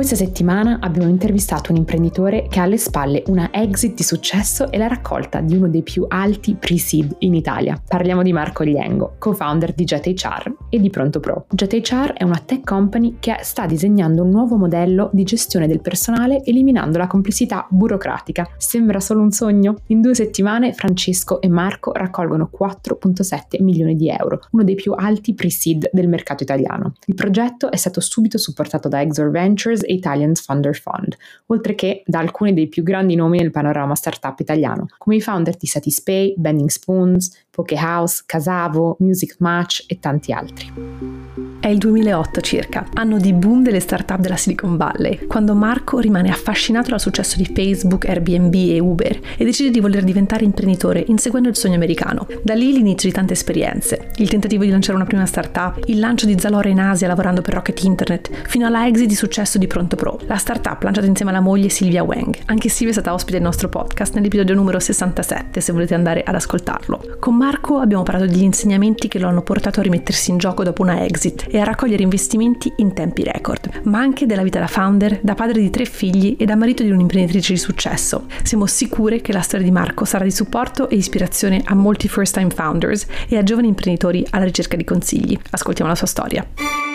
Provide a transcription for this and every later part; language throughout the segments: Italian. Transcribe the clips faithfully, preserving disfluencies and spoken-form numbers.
Questa settimana abbiamo intervistato un imprenditore che ha alle spalle una exit di successo e la raccolta di uno dei più alti pre-seed in Italia. Parliamo di MarcoGliengo, co-founder di JetHR e di ProntoPro. JetHR è una tech company che sta disegnando un nuovo modello di gestione del personale eliminando la complessità burocratica. Sembra solo un sogno? In due settimane Francesco e Marco raccolgono quattro virgola sette milioni di euro, uno dei più alti pre-seed del mercato italiano. Il progetto è stato subito supportato da Exor Ventures e Italian Funder Fund, oltre che da alcuni dei più grandi nomi nel panorama startup italiano, come i founder di Satispay, Bending Spoons, Pokehouse, Casavo, Music Match e tanti altri. È il duemilaotto circa, anno di boom delle startup della Silicon Valley, quando Marco rimane affascinato dal successo di Facebook, Airbnb e Uber e decide di voler diventare imprenditore inseguendo il sogno americano. Da lì l'inizio di tante esperienze, il tentativo di lanciare una prima startup, il lancio di Zalora in Asia lavorando per Rocket Internet, fino alla exit di successo di ProntoPro, la startup lanciata insieme alla moglie Silvia Wang. Anche Silvia è stata ospite del nostro podcast nell'episodio numero sessantasette, se volete andare ad ascoltarlo. Con Marco abbiamo parlato degli insegnamenti che lo hanno portato a rimettersi in gioco dopo una exit e a raccogliere investimenti in tempi record, ma anche della vita da founder, da padre di tre figli e da marito di un'imprenditrice di successo. Siamo sicure che la storia di Marco sarà di supporto e ispirazione a molti first time founders e a giovani imprenditori alla ricerca di consigli. Ascoltiamo la sua storia.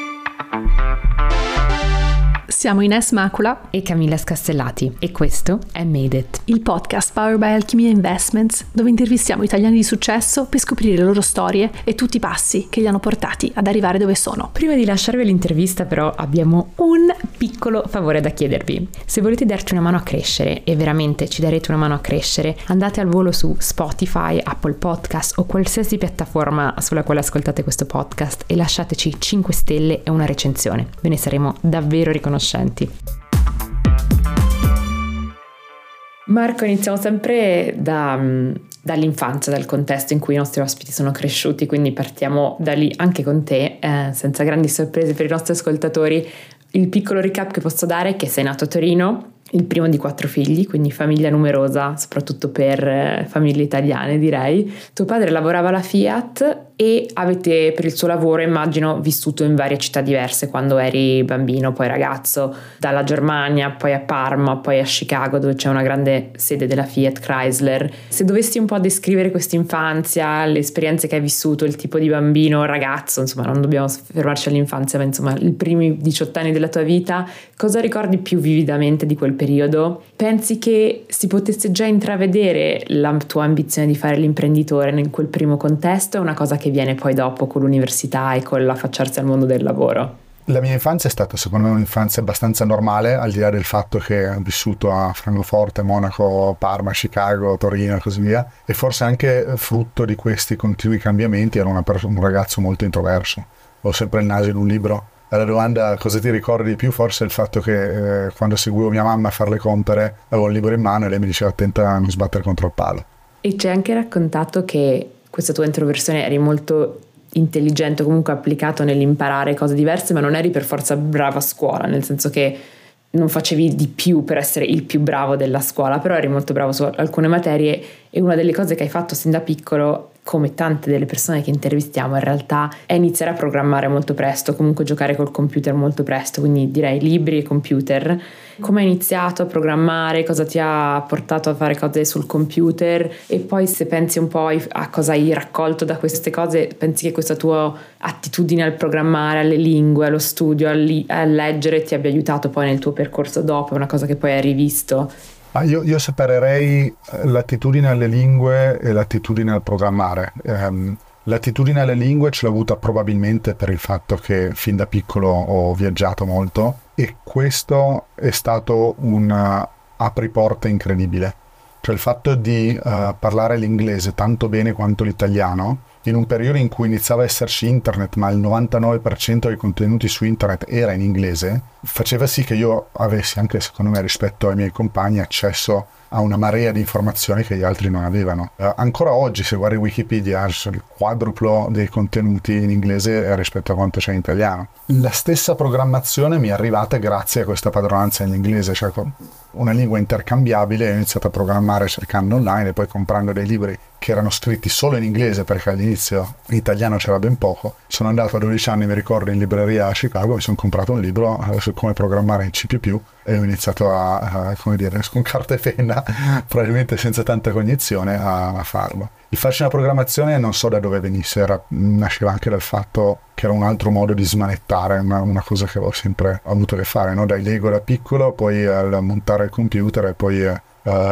Siamo Ines Macula e Camilla Scastellati e questo è Made It, il podcast powered by Alchimia Investments, dove intervistiamo italiani di successo per scoprire le loro storie e tutti i passi che li hanno portati ad arrivare dove sono. Prima di lasciarvi l'intervista però abbiamo un piccolo favore da chiedervi. Se volete darci una mano a crescere, e veramente ci darete una mano a crescere, andate al volo su Spotify, Apple Podcast o qualsiasi piattaforma sulla quale ascoltate questo podcast e lasciateci cinque stelle e una recensione. Ve ne saremo davvero riconoscenti. Marco, iniziamo sempre da, dall'infanzia, dal contesto in cui i nostri ospiti sono cresciuti, quindi partiamo da lì anche con te, eh, senza grandi sorprese per i nostri ascoltatori. Il piccolo recap che posso dare è che sei nato a Torino, il primo di quattro figli, quindi famiglia numerosa, soprattutto per eh, famiglie italiane direi. Tuo padre lavorava alla Fiat e avete per il suo lavoro, immagino, vissuto in varie città diverse quando eri bambino, poi ragazzo, dalla Germania, poi a Parma, poi a Chicago dove c'è una grande sede della Fiat Chrysler. Se dovessi un po' descrivere questa infanzia, le esperienze che hai vissuto, il tipo di bambino, ragazzo, insomma non dobbiamo fermarci all'infanzia, ma insomma i primi diciotto anni della tua vita, cosa ricordi più vividamente di quel periodo? Pensi che si potesse già intravedere la tua ambizione di fare l'imprenditore in quel primo contesto? È una cosa che viene poi dopo con l'università e con l'affacciarsi al mondo del lavoro? La mia infanzia è stata secondo me un'infanzia abbastanza normale, al di là del fatto che ho vissuto a Francoforte, Monaco, Parma, Chicago, Torino e così via, e forse anche frutto di questi continui cambiamenti ero una pers- un ragazzo molto introverso. Ho sempre il naso in un libro. La domanda cosa ti ricordi di più forse è il fatto che eh, quando seguivo mia mamma a fare le compere avevo il libro in mano e lei mi diceva attenta a non sbattere contro il palo. E ci hai anche raccontato che questa tua introversione eri molto intelligente, comunque applicato nell'imparare cose diverse, ma non eri per forza bravo a scuola, nel senso che non facevi di più per essere il più bravo della scuola, però eri molto bravo su alcune materie e una delle cose che hai fatto sin da piccolo, come tante delle persone che intervistiamo in realtà, è iniziare a programmare molto presto, comunque giocare col computer molto presto, quindi direi libri e computer. Come hai iniziato a programmare, cosa ti ha portato a fare cose sul computer e poi se pensi un po' a cosa hai raccolto da queste cose, pensi che questa tua attitudine al programmare, alle lingue, allo studio, a, li- a leggere ti abbia aiutato poi nel tuo percorso dopo, è una cosa che poi hai rivisto? Ah, io, io separerei l'attitudine alle lingue e l'attitudine al programmare. Um, l'attitudine alle lingue ce l'ho avuta probabilmente per il fatto che fin da piccolo ho viaggiato molto e questo è stato un uh, apriporte incredibile. Cioè il fatto di uh, parlare l'inglese tanto bene quanto l'italiano in un periodo in cui iniziava a esserci internet ma il novantanove per cento dei contenuti su internet era in inglese, faceva sì che io avessi anche secondo me rispetto ai miei compagni accesso a una marea di informazioni che gli altri non avevano. Uh, ancora oggi, se guardi Wikipedia, c'è il quadruplo dei contenuti in inglese rispetto a quanto c'è in italiano. La stessa programmazione mi è arrivata grazie a questa padronanza in inglese, cioè una lingua intercambiabile. Ho iniziato a programmare cercando online e poi comprando dei libri che erano scritti solo in inglese, perché all'inizio in italiano c'era ben poco. Sono andato a dodici anni, mi ricordo, in libreria a Chicago, mi sono comprato un libro su come programmare in C più più e ho iniziato a, a come dire, con carta e penna, probabilmente senza tanta cognizione, a, a farlo. Il fascino della programmazione non so da dove venisse, era, nasceva anche dal fatto che era un altro modo di smanettare, una, una cosa che avevo sempre avuto che fare, no? Dai Lego da piccolo, poi al montare il computer e poi uh,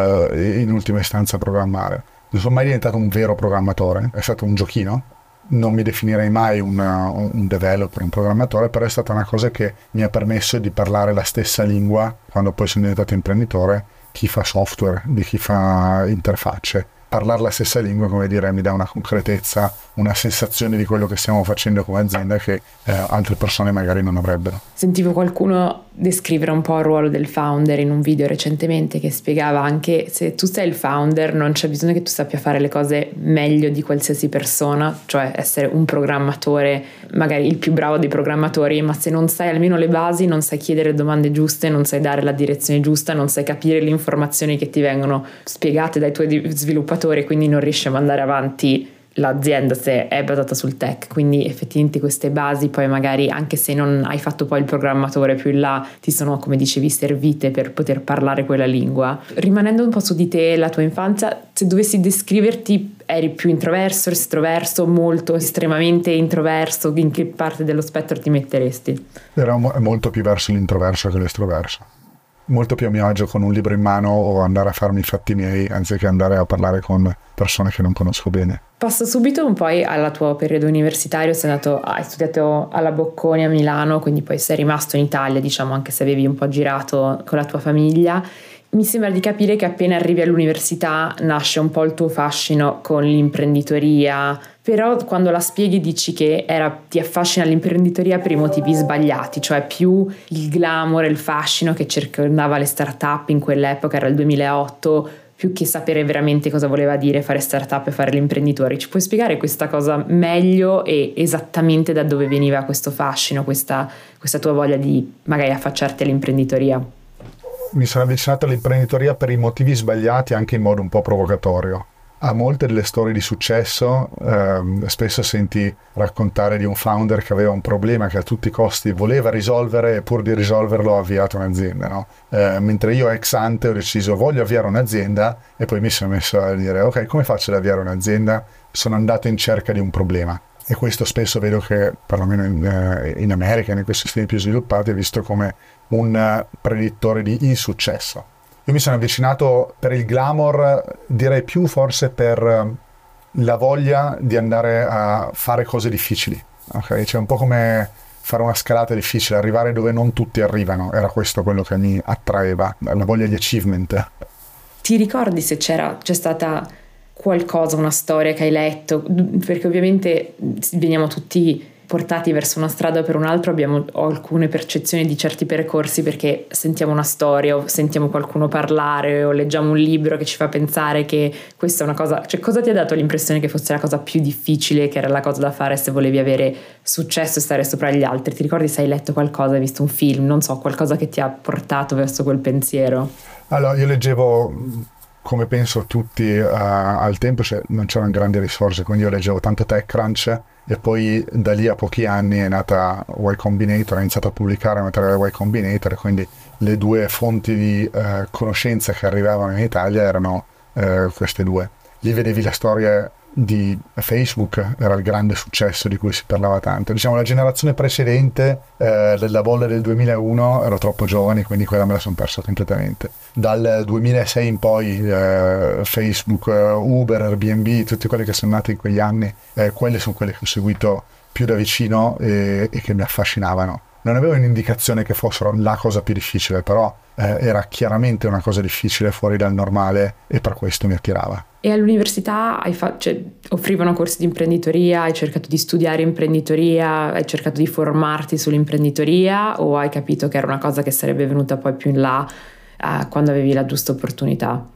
in ultima istanza programmare. Non sono mai diventato un vero programmatore, è stato un giochino. Non mi definirei mai un, un developer, un programmatore, però è stata una cosa che mi ha permesso di parlare la stessa lingua quando poi sono diventato imprenditore, chi fa software, di chi fa interfacce. Parlare la stessa lingua, come dire, mi dà una concretezza, una sensazione di quello che stiamo facendo come azienda che eh, altre persone magari non avrebbero. Sentivo qualcuno descrivere un po' il ruolo del founder in un video recentemente che spiegava anche se tu sei il founder non c'è bisogno che tu sappia fare le cose meglio di qualsiasi persona, cioè essere un programmatore, magari il più bravo dei programmatori, ma se non sai almeno le basi, non sai chiedere domande giuste, non sai dare la direzione giusta, non sai capire le informazioni che ti vengono spiegate dai tuoi sviluppatori, quindi non riesci a mandare avanti l'azienda se è basata sul tech. Quindi effettivamente queste basi poi magari anche se non hai fatto poi il programmatore più in là ti sono, come dicevi, servite per poter parlare quella lingua. Rimanendo un po' su di te, la tua infanzia, se dovessi descriverti, eri più introverso, estroverso, molto, estremamente introverso, in che parte dello spettro ti metteresti? Era molto più verso l'introverso che l'estroverso. Molto più a mio agio con un libro in mano o andare a farmi i fatti miei anziché andare a parlare con persone che non conosco bene. Passo subito un po' al tuo periodo universitario. Sei andato, hai studiato alla Bocconi a Milano, quindi poi sei rimasto in Italia, diciamo, anche se avevi un po' girato con la tua famiglia. Mi sembra di capire che appena arrivi all'università nasce un po' il tuo fascino con l'imprenditoria, però quando la spieghi dici che era, ti affascina l'imprenditoria per i motivi sbagliati, cioè più il glamour e il fascino che circondava le start-up in quell'epoca, era il duemilaotto, più che sapere veramente cosa voleva dire fare startup e fare l'imprenditore. Ci puoi spiegare questa cosa meglio e esattamente da dove veniva questo fascino, questa, questa tua voglia di magari affacciarti all'imprenditoria? Mi sono avvicinato all'imprenditoria per i motivi sbagliati, anche in modo un po' provocatorio. A molte delle storie di successo ehm, spesso senti raccontare di un founder che aveva un problema che a tutti i costi voleva risolvere e pur di risolverlo ha avviato un'azienda, no? Eh, mentre io ex ante ho deciso voglio avviare un'azienda e poi mi sono messo a dire ok, come faccio ad avviare un'azienda? Sono andato in cerca di un problema. E questo spesso vedo che, perlomeno in, eh, in America, in questi sistemi più sviluppati, è visto come un uh, predittore di insuccesso. Io mi sono avvicinato per il glamour, direi più forse per uh, la voglia di andare a fare cose difficili. Okay? Cioè un po' come fare una scalata difficile, arrivare dove non tutti arrivano. Era questo quello che mi attraeva, la voglia di achievement. Ti ricordi se c'era, c'è stata qualcosa, una storia che hai letto? Perché ovviamente veniamo tutti portati verso una strada o per un'altra, abbiamo alcune percezioni di certi percorsi perché sentiamo una storia o sentiamo qualcuno parlare o leggiamo un libro che ci fa pensare che questa è una cosa. Cioè, cosa ti ha dato l'impressione che fosse la cosa più difficile, che era la cosa da fare se volevi avere successo e stare sopra gli altri? Ti ricordi se hai letto qualcosa, hai visto un film, non so, qualcosa che ti ha portato verso quel pensiero? Allora, io leggevo, come penso tutti uh, al tempo, cioè non c'erano grandi risorse, quindi io leggevo tanto TechCrunch e poi da lì a pochi anni è nata Y Combinator, ha iniziato a pubblicare materiale Y Combinator, quindi le due fonti di uh, conoscenza che arrivavano in Italia erano uh, queste due. Lì vedevi la storia di Facebook, era il grande successo di cui si parlava tanto. Diciamo la generazione precedente eh, della bolla del duemilauno ero troppo giovane, quindi quella me la sono persa completamente. Dal duemilasei in poi eh, Facebook, Uber, Airbnb, tutte quelle che sono nate in quegli anni, eh, quelle sono quelle che ho seguito più da vicino e, e che mi affascinavano. Non avevo un'indicazione che fossero la cosa più difficile, però eh, era chiaramente una cosa difficile fuori dal normale e per questo mi attirava. E all'università hai fa- cioè, offrivano corsi di imprenditoria, hai cercato di studiare imprenditoria, hai cercato di formarti sull'imprenditoria o hai capito che era una cosa che sarebbe venuta poi più in là eh, quando avevi la giusta opportunità?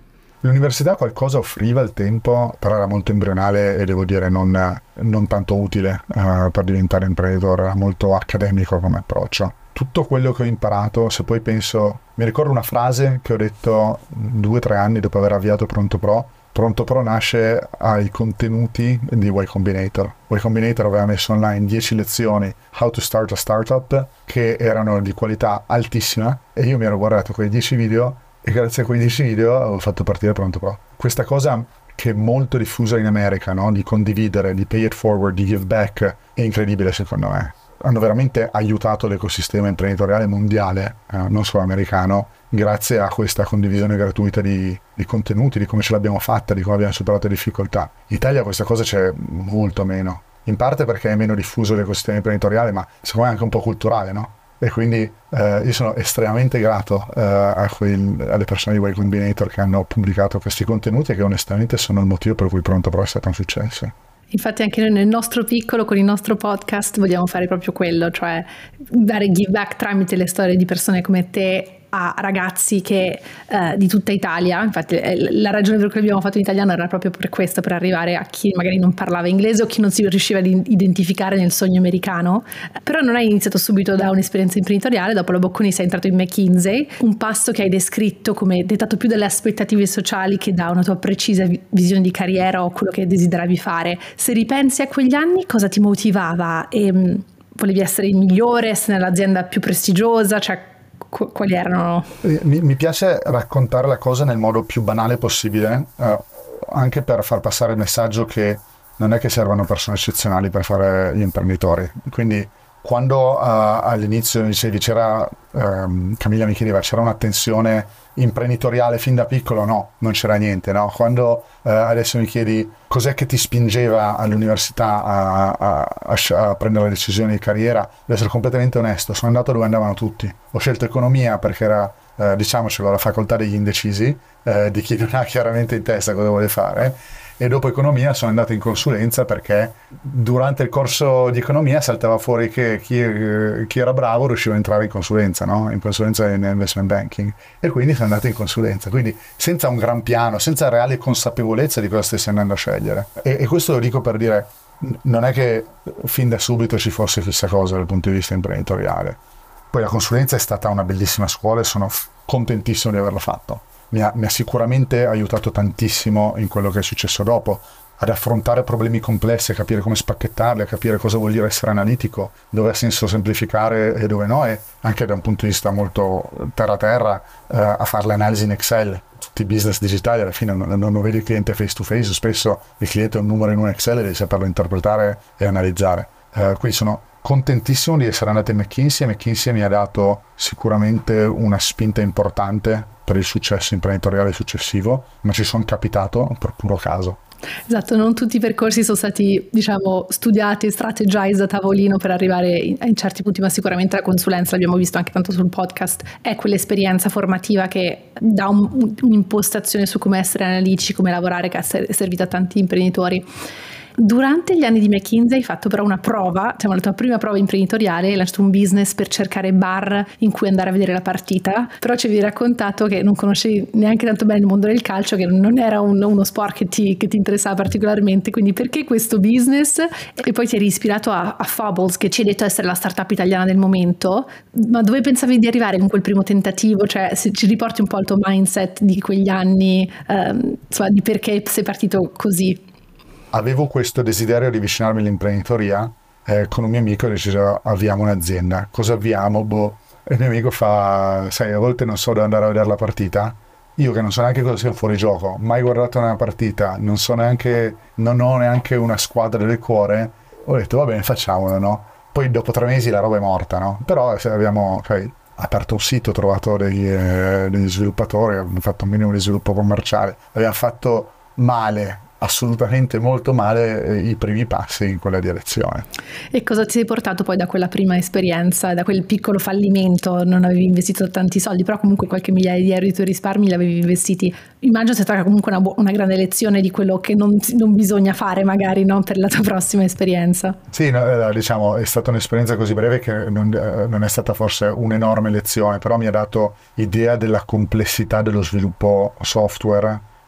L'università qualcosa offriva al tempo, però era molto embrionale e devo dire non, non tanto utile uh, per diventare imprenditore, era molto accademico come approccio. Tutto quello che ho imparato, se poi penso, mi ricordo una frase che ho detto due o tre anni dopo aver avviato Pronto Pro. Pronto Pro nasce ai contenuti di Y Combinator. Y Combinator aveva messo online dieci lezioni How to Start a Startup che erano di qualità altissima e io mi ero guardato quei dieci video e grazie a quei dieci video ho fatto partire Pronto Pro. Questa cosa che è molto diffusa in America, no? Di condividere, di pay it forward, di give back, è incredibile secondo me. Hanno veramente aiutato l'ecosistema imprenditoriale mondiale, eh, non solo americano, grazie a questa condivisione gratuita di, di contenuti, di come ce l'abbiamo fatta, di come abbiamo superato le difficoltà. In Italia questa cosa c'è molto meno, in parte perché è meno diffuso l'ecosistema imprenditoriale, ma secondo me è anche un po' culturale, no? E quindi eh, io sono estremamente grato eh, a quei, alle persone di Y Combinator che hanno pubblicato questi contenuti e che onestamente sono il motivo per cui Pronto Pro è stato un successo. Infatti anche noi nel nostro piccolo, con il nostro podcast, vogliamo fare proprio quello, cioè dare give back tramite le storie di persone come te a ragazzi che eh, di tutta Italia. Infatti la ragione per cui abbiamo fatto in italiano era proprio per questo, per arrivare a chi magari non parlava inglese o chi non si riusciva ad identificare nel sogno americano. Però non hai iniziato subito da un'esperienza imprenditoriale, dopo la Bocconi sei entrato in McKinsey, un passo che hai descritto come dettato più dalle aspettative sociali che da una tua precisa visione di carriera o quello che desideravi fare. Se ripensi a quegli anni, cosa ti motivava? E, mh, volevi essere il migliore, essere nell'azienda più prestigiosa, cioè quali erano? Mi, mi piace raccontare la cosa nel modo più banale possibile, eh, anche per far passare il messaggio che non è che servano persone eccezionali per fare gli imprenditori. Quindi quando uh, all'inizio dicevi c'era, um, Camilla mi chiedeva, c'era una tensione imprenditoriale fin da piccolo? No, non c'era niente, no? Quando uh, adesso mi chiedi cos'è che ti spingeva all'università a, a, a, a prendere le decisioni di carriera, devo essere completamente onesto, sono andato dove andavano tutti. Ho scelto economia perché era, uh, diciamocelo, la facoltà degli indecisi, uh, di chi non ha chiaramente in testa cosa vuole fare. E dopo economia sono andato in consulenza perché durante il corso di economia saltava fuori che chi, chi era bravo riusciva a entrare in consulenza, no? In consulenza in investment banking, e quindi sono andato in consulenza, quindi senza un gran piano, senza reale consapevolezza di cosa stessi andando a scegliere. E, e questo lo dico per dire, non è che fin da subito ci fosse chissà cosa dal punto di vista imprenditoriale. Poi la consulenza è stata una bellissima scuola e sono contentissimo di averla fatto. Mi ha, mi ha sicuramente aiutato tantissimo in quello che è successo dopo, ad affrontare problemi complessi, a capire come spacchettarli, a capire cosa vuol dire essere analitico, dove ha senso semplificare e dove no, e anche da un punto di vista molto terra terra eh, a fare le analisi in Excel. Tutti i business digitali alla fine non, non vedi il cliente face to face, spesso il cliente è un numero in un Excel e devi saperlo interpretare e analizzare. Eh, quindi sono contentissimo di essere andato in McKinsey. McKinsey mi ha dato sicuramente una spinta importante per il successo imprenditoriale successivo, ma ci sono capitato per puro caso. Esatto, non tutti i percorsi sono stati, diciamo, studiati, strategize a tavolino per arrivare in, in certi punti, ma sicuramente la consulenza, l'abbiamo visto anche tanto sul podcast, è quell'esperienza formativa che dà un, un, un'impostazione su come essere analitici, come lavorare, che è servita a tanti imprenditori. Durante gli anni di McKinsey hai fatto però una prova, diciamo la tua prima prova imprenditoriale, hai lanciato un business per cercare bar in cui andare a vedere la partita, però ci avevi raccontato che non conoscevi neanche tanto bene il mondo del calcio, che non era un, uno sport che ti, che ti interessava particolarmente, quindi perché questo business? E poi ti eri ispirato a, a Fables, che ci hai detto essere la startup italiana del momento, ma dove pensavi di arrivare con quel primo tentativo? Cioè se ci riporti un po' al tuo mindset di quegli anni, ehm, insomma, di perché sei partito così? Avevo questo desiderio di avvicinarmi all'imprenditoria, eh, con un mio amico ho deciso avviamo un'azienda. Cosa avviamo? Boh. E il mio amico fa, sai, a volte non so dove andare a vedere la partita. Io che non so neanche cosa sia un fuorigioco, mai guardato una partita, non so neanche, non ho neanche una squadra del cuore, ho detto va bene, facciamolo, no? Poi dopo tre mesi la roba è morta, no? Però se abbiamo okay, aperto un sito, trovato degli, eh, degli sviluppatori, abbiamo fatto un minimo di sviluppo commerciale, abbiamo fatto male, assolutamente molto male, eh, i primi passi in quella direzione. E cosa ti sei portato poi da quella prima esperienza, da quel piccolo fallimento? Non avevi investito tanti soldi, però comunque qualche migliaia di euro di tuoi risparmi li avevi investiti. Immagino sia stata comunque una, una grande lezione di quello che non, non bisogna fare magari, no? Per la tua prossima esperienza. Sì, no, diciamo è stata un'esperienza così breve che non, non è stata forse un'enorme lezione, però mi ha dato idea della complessità dello sviluppo software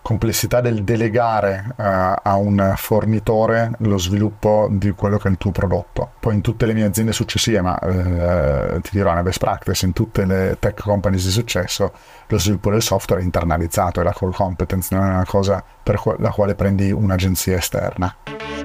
complessità del delegare uh, a un fornitore lo sviluppo di quello che è il tuo prodotto. Poi in tutte le mie aziende successive, ma uh, ti dirò, una best practice in tutte le tech companies di successo, lo sviluppo del software è internalizzato, è la core competence, non è una cosa per la quale prendi un'agenzia esterna.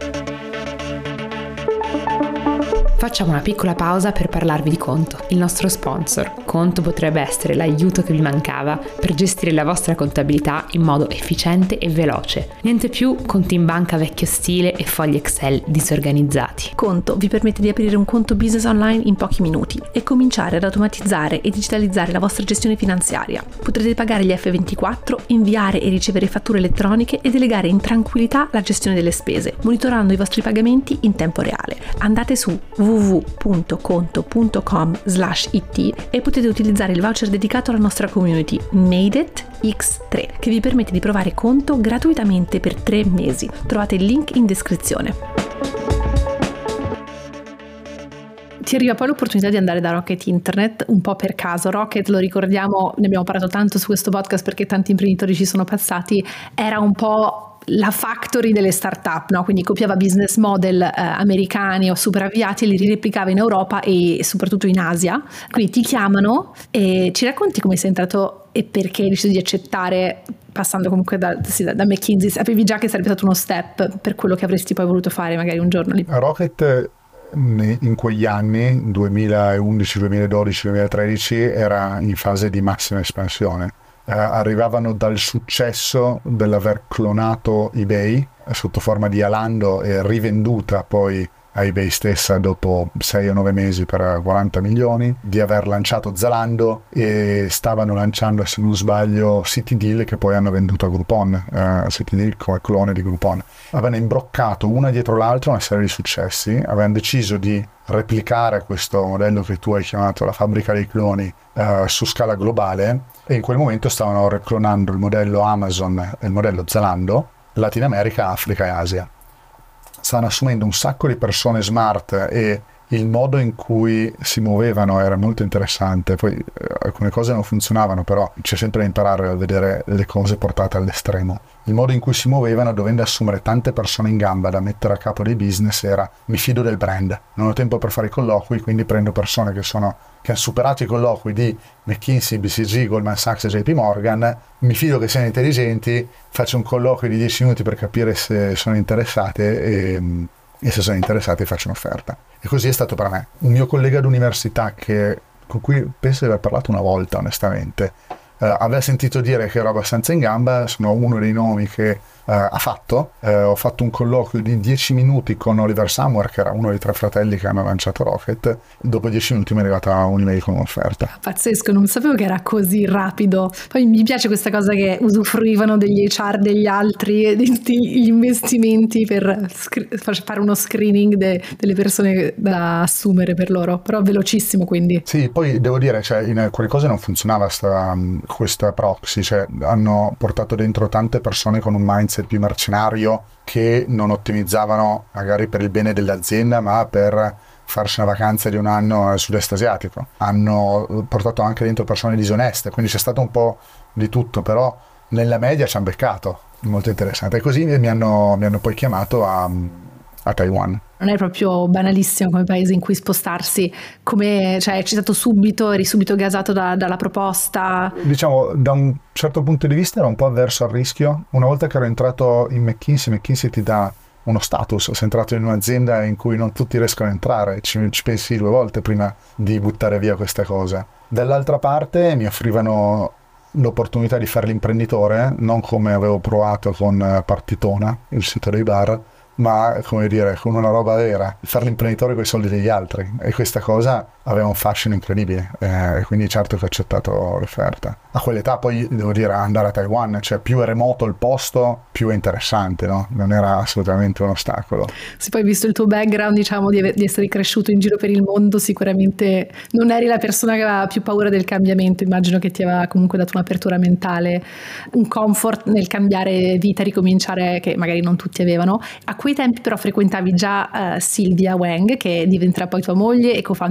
Facciamo una piccola pausa per parlarvi di Conto, il nostro sponsor. Conto potrebbe essere l'aiuto che vi mancava per gestire la vostra contabilità in modo efficiente e veloce. Niente più conti in banca vecchio stile e fogli Excel disorganizzati. Conto vi permette di aprire un conto business online in pochi minuti e cominciare ad automatizzare e digitalizzare la vostra gestione finanziaria. Potrete pagare gli effe ventiquattro, inviare e ricevere fatture elettroniche e delegare in tranquillità la gestione delle spese, monitorando i vostri pagamenti in tempo reale. Andate su w w w punto conto punto com slash it e potete utilizzare il voucher dedicato alla nostra community Made It X tre, che vi permette di provare Conto gratuitamente per tre mesi. Trovate il link in descrizione. Ti arriva poi l'opportunità di andare da Rocket Internet un po' per caso. Rocket, lo ricordiamo, ne abbiamo parlato tanto su questo podcast perché tanti imprenditori ci sono passati, era un po' la factory delle startup, no? Quindi copiava business model eh, americani o super avviati e li replicava in Europa e soprattutto in Asia. Quindi ti chiamano e ci racconti come sei entrato e perché hai deciso di accettare, passando comunque da, sì, da, da McKinsey. Sapevi già che sarebbe stato uno step per quello che avresti poi voluto fare magari un giorno lì? Rocket in quegli anni, duemilaundici, duemiladodici, duemilatredici, era in fase di massima espansione. Uh, arrivavano dal successo dell'aver clonato eBay sotto forma di Zalando e rivenduta poi a eBay stessa dopo sei o nove mesi per quaranta milioni, di aver lanciato Zalando e stavano lanciando, se non sbaglio, CityDeal, che poi hanno venduto a Groupon, uh, CityDeal come clone di Groupon. Avevano imbroccato una dietro l'altra una serie di successi, avevano deciso di replicare questo modello che tu hai chiamato la fabbrica dei cloni uh, su scala globale, e in quel momento stavano reclonando il modello Amazon e il modello Zalando, Latin America, Africa e Asia. Stavano assumendo un sacco di persone smart e il modo in cui si muovevano era molto interessante. Poi eh, alcune cose non funzionavano, però c'è sempre da imparare a vedere le cose portate all'estremo. Il modo in cui si muovevano, dovendo assumere tante persone in gamba da mettere a capo dei business, era: mi fido del brand, non ho tempo per fare i colloqui, quindi prendo persone che sono che hanno superato i colloqui di McKinsey, B C G, Goldman Sachs e J P Morgan, mi fido che siano intelligenti, faccio un colloquio di dieci minuti per capire se sono interessate e, e se sono interessate faccio un'offerta. E così è stato per me. Un mio collega d'università, che, con cui penso di aver parlato una volta onestamente, Uh, aveva sentito dire che ero abbastanza in gamba, sono uno dei nomi che uh, ha fatto. Uh, ho fatto un colloquio di dieci minuti con Oliver Samwer, che era uno dei tre fratelli che hanno lanciato Rocket. Dopo dieci minuti mi è arrivata un'email con un'offerta. Pazzesco, non sapevo che era così rapido. Poi mi piace questa cosa che usufruivano degli H R degli altri, di tutti gli investimenti per scri- fare uno screening de- delle persone da assumere per loro, però velocissimo quindi. Sì, poi devo dire, cioè, in alcune cose non funzionava sta... questa proxy, cioè hanno portato dentro tante persone con un mindset più mercenario che non ottimizzavano magari per il bene dell'azienda ma per farsi una vacanza di un anno al sud-est asiatico. Hanno portato anche dentro persone disoneste, quindi c'è stato un po' di tutto, però nella media ci hanno beccato, molto interessante. E così mi hanno, mi hanno poi chiamato a, a Taiwan. Non è proprio banalissimo come paese in cui spostarsi, come, cioè è citato subito, eri subito gasato da, dalla proposta. Diciamo, da un certo punto di vista ero un po' avverso al rischio. Una volta che ero entrato in McKinsey, McKinsey ti dà uno status, sei entrato in un'azienda in cui non tutti riescono a entrare, ci, ci pensi due volte prima di buttare via questa cosa. Dall'altra parte mi offrivano l'opportunità di fare l'imprenditore, non come avevo provato con Partitona, il sito dei bar, ma come dire, con una roba vera, fare l'imprenditore con i soldi degli altri, e questa cosa aveva un fascino incredibile, e eh, quindi certo che ho accettato l'offerta. A quell'età poi devo dire, andare a Taiwan, cioè più è remoto il posto più è interessante, no? Non era assolutamente un ostacolo. Sì, poi visto il tuo background, diciamo, di, di essere cresciuto in giro per il mondo, sicuramente non eri la persona che aveva più paura del cambiamento. Immagino che ti aveva comunque dato un'apertura mentale, un comfort nel cambiare vita, ricominciare, che magari non tutti avevano. A quei tempi però frequentavi già uh, Silvia Wang, che diventerà poi tua moglie e co-founder di Pronto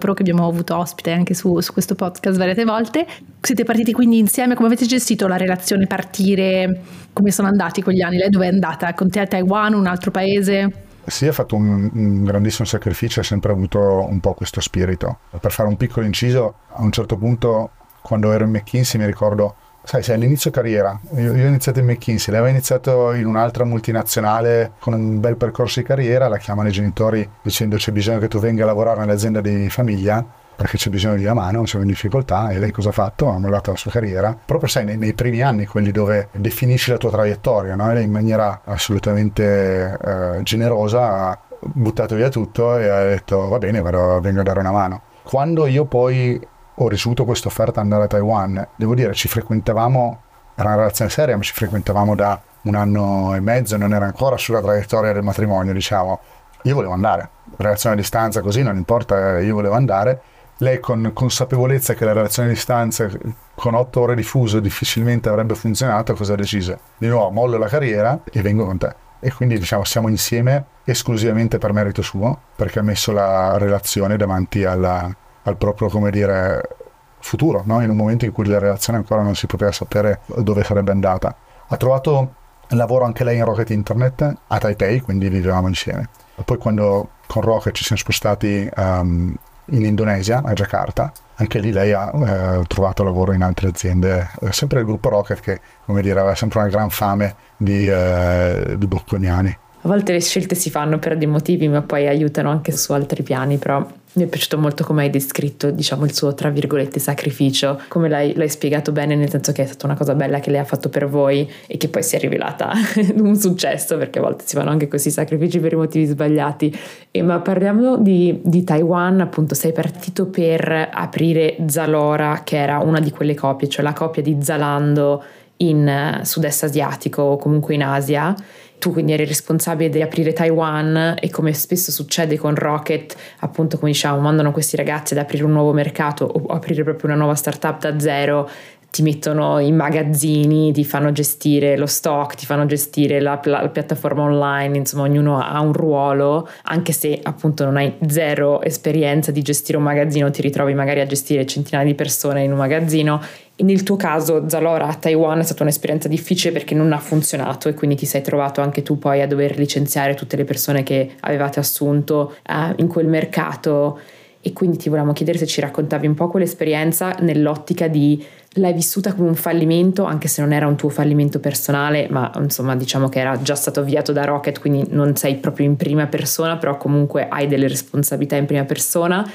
Pro che abbiamo avuto ospite anche su, su questo podcast variate volte. Siete partiti quindi insieme, come avete gestito la relazione partire, come sono andati quegli anni? Lei dove è andata? Con te a Taiwan, un altro paese? Sì, ha fatto un, un grandissimo sacrificio, ha sempre avuto un po' questo spirito. Per fare un piccolo inciso, a un certo punto, quando ero in McKinsey, mi ricordo, sai, sei all'inizio carriera, io, io ho iniziato in McKinsey, lei aveva iniziato in un'altra multinazionale con un bel percorso di carriera, la chiamano i genitori dicendo c'è bisogno che tu venga a lavorare nell'azienda di famiglia, perché c'è bisogno di una mano, siamo in difficoltà. E lei cosa ha fatto? Ha mollato la sua carriera, proprio sai nei, nei primi anni, quelli dove definisci la tua traiettoria, no? E lei in maniera assolutamente eh, generosa ha buttato via tutto e ha detto va bene, vado, vengo a dare una mano. Quando io poi ho ricevuto questa offerta di andare a Taiwan, devo dire ci frequentavamo, era una relazione seria, ma ci frequentavamo da un anno e mezzo, non era ancora sulla traiettoria del matrimonio, diciamo. Io volevo andare, relazione a distanza così, non importa, io volevo andare. Lei, con consapevolezza che la relazione a distanza con otto ore di fuso difficilmente avrebbe funzionato, cosa decise? Di nuovo mollo la carriera e vengo con te. E quindi diciamo siamo insieme esclusivamente per merito suo, perché ha messo la relazione davanti alla, al proprio, come dire, futuro, no? In un momento in cui la relazione ancora non si poteva sapere dove sarebbe andata. Ha trovato lavoro anche lei in Rocket Internet a Taipei, quindi vivevamo insieme. Poi quando con Rocket ci siamo spostati um, in Indonesia, a Jakarta, anche lì lei ha eh, trovato lavoro in altre aziende, eh, sempre il gruppo Rocket che, come dire, aveva sempre una gran fame di, eh, di bocconiani. A volte le scelte si fanno per dei motivi, ma poi aiutano anche su altri piani, però mi è piaciuto molto come hai descritto, diciamo, il suo, tra virgolette, sacrificio, come l'hai, l'hai spiegato bene, nel senso che è stata una cosa bella che lei ha fatto per voi e che poi si è rivelata un successo, perché a volte si fanno anche questi sacrifici per i motivi sbagliati. E, ma parliamo di, di Taiwan, appunto, sei partito per aprire Zalora, che era una di quelle copie, cioè la copia di Zalando in uh, sud-est asiatico o comunque in Asia. Tu quindi eri responsabile di aprire Taiwan e, come spesso succede con Rocket, appunto, come diciamo, mandano questi ragazzi ad aprire un nuovo mercato o aprire proprio una nuova startup da zero, ti mettono in magazzini, ti fanno gestire lo stock, ti fanno gestire la, la, la piattaforma online, insomma ognuno ha un ruolo, anche se appunto non hai zero esperienza di gestire un magazzino, ti ritrovi magari a gestire centinaia di persone in un magazzino. E nel tuo caso Zalora a Taiwan è stata un'esperienza difficile perché non ha funzionato e quindi ti sei trovato anche tu poi a dover licenziare tutte le persone che avevate assunto eh, in quel mercato. E quindi ti volevamo chiedere se ci raccontavi un po' quell'esperienza nell'ottica di l'hai vissuta come un fallimento, anche se non era un tuo fallimento personale, ma insomma diciamo che era già stato avviato da Rocket, quindi non sei proprio in prima persona, però comunque hai delle responsabilità in prima persona.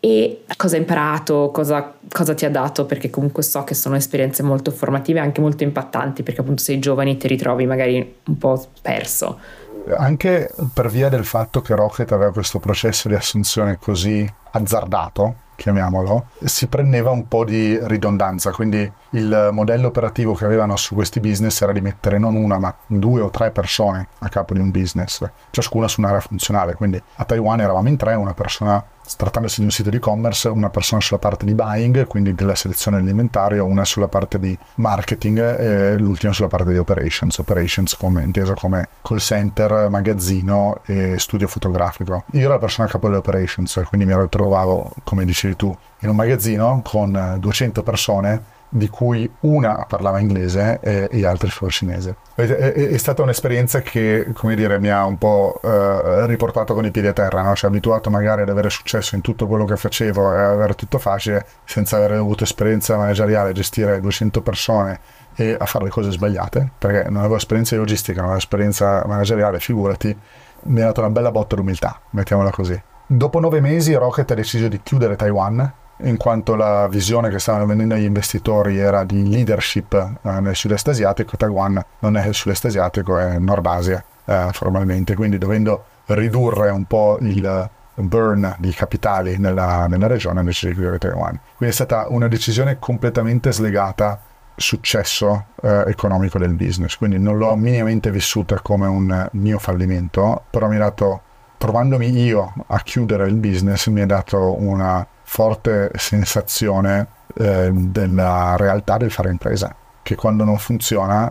E cosa hai imparato, cosa, cosa ti ha dato, perché comunque so che sono esperienze molto formative e anche molto impattanti, perché appunto sei giovane e ti ritrovi magari un po' perso. Anche per via del fatto che Rocket aveva questo processo di assunzione così azzardato, chiamiamolo, si prendeva un po' di ridondanza, quindi il modello operativo che avevano su questi business era di mettere non una ma due o tre persone a capo di un business, ciascuna su un'area funzionale. Quindi a Taiwan eravamo in tre, una persona, trattandosi di un sito di e-commerce, una persona sulla parte di buying, quindi della selezione dell'inventario, una sulla parte di marketing e l'ultima sulla parte di operations, operations come, inteso come call center, magazzino e studio fotografico. Io ero la persona a capo delle operations, quindi mi ritrovavo, come dicevi tu, in un magazzino con duecento persone, di cui una parlava inglese e gli altri solo cinese. È, è, è stata un'esperienza che, come dire, mi ha un po' eh, riportato con i piedi a terra, no? Cioè abituato magari ad avere successo in tutto quello che facevo e avere tutto facile, senza aver avuto esperienza manageriale, gestire duecento persone e a fare le cose sbagliate, perché non avevo esperienza di logistica, non avevo esperienza manageriale, figurati, mi ha dato una bella botta d'umiltà, mettiamola così. Dopo nove mesi Rocket ha deciso di chiudere Taiwan, in quanto la visione che stavano vendendo gli investitori era di leadership eh, nel sud-est asiatico. Taiwan non è il sud-est asiatico, è Nord Asia eh, formalmente, quindi dovendo ridurre un po' il burn di capitali nella, nella regione, hanno deciso di chiudere Taiwan. Quindi è stata una decisione completamente slegata successo eh, economico del business, quindi non l'ho minimamente vissuta come un mio fallimento, però mi ha dato, trovandomi io a chiudere il business, mi ha dato una forte sensazione eh, della realtà del fare impresa, che quando non funziona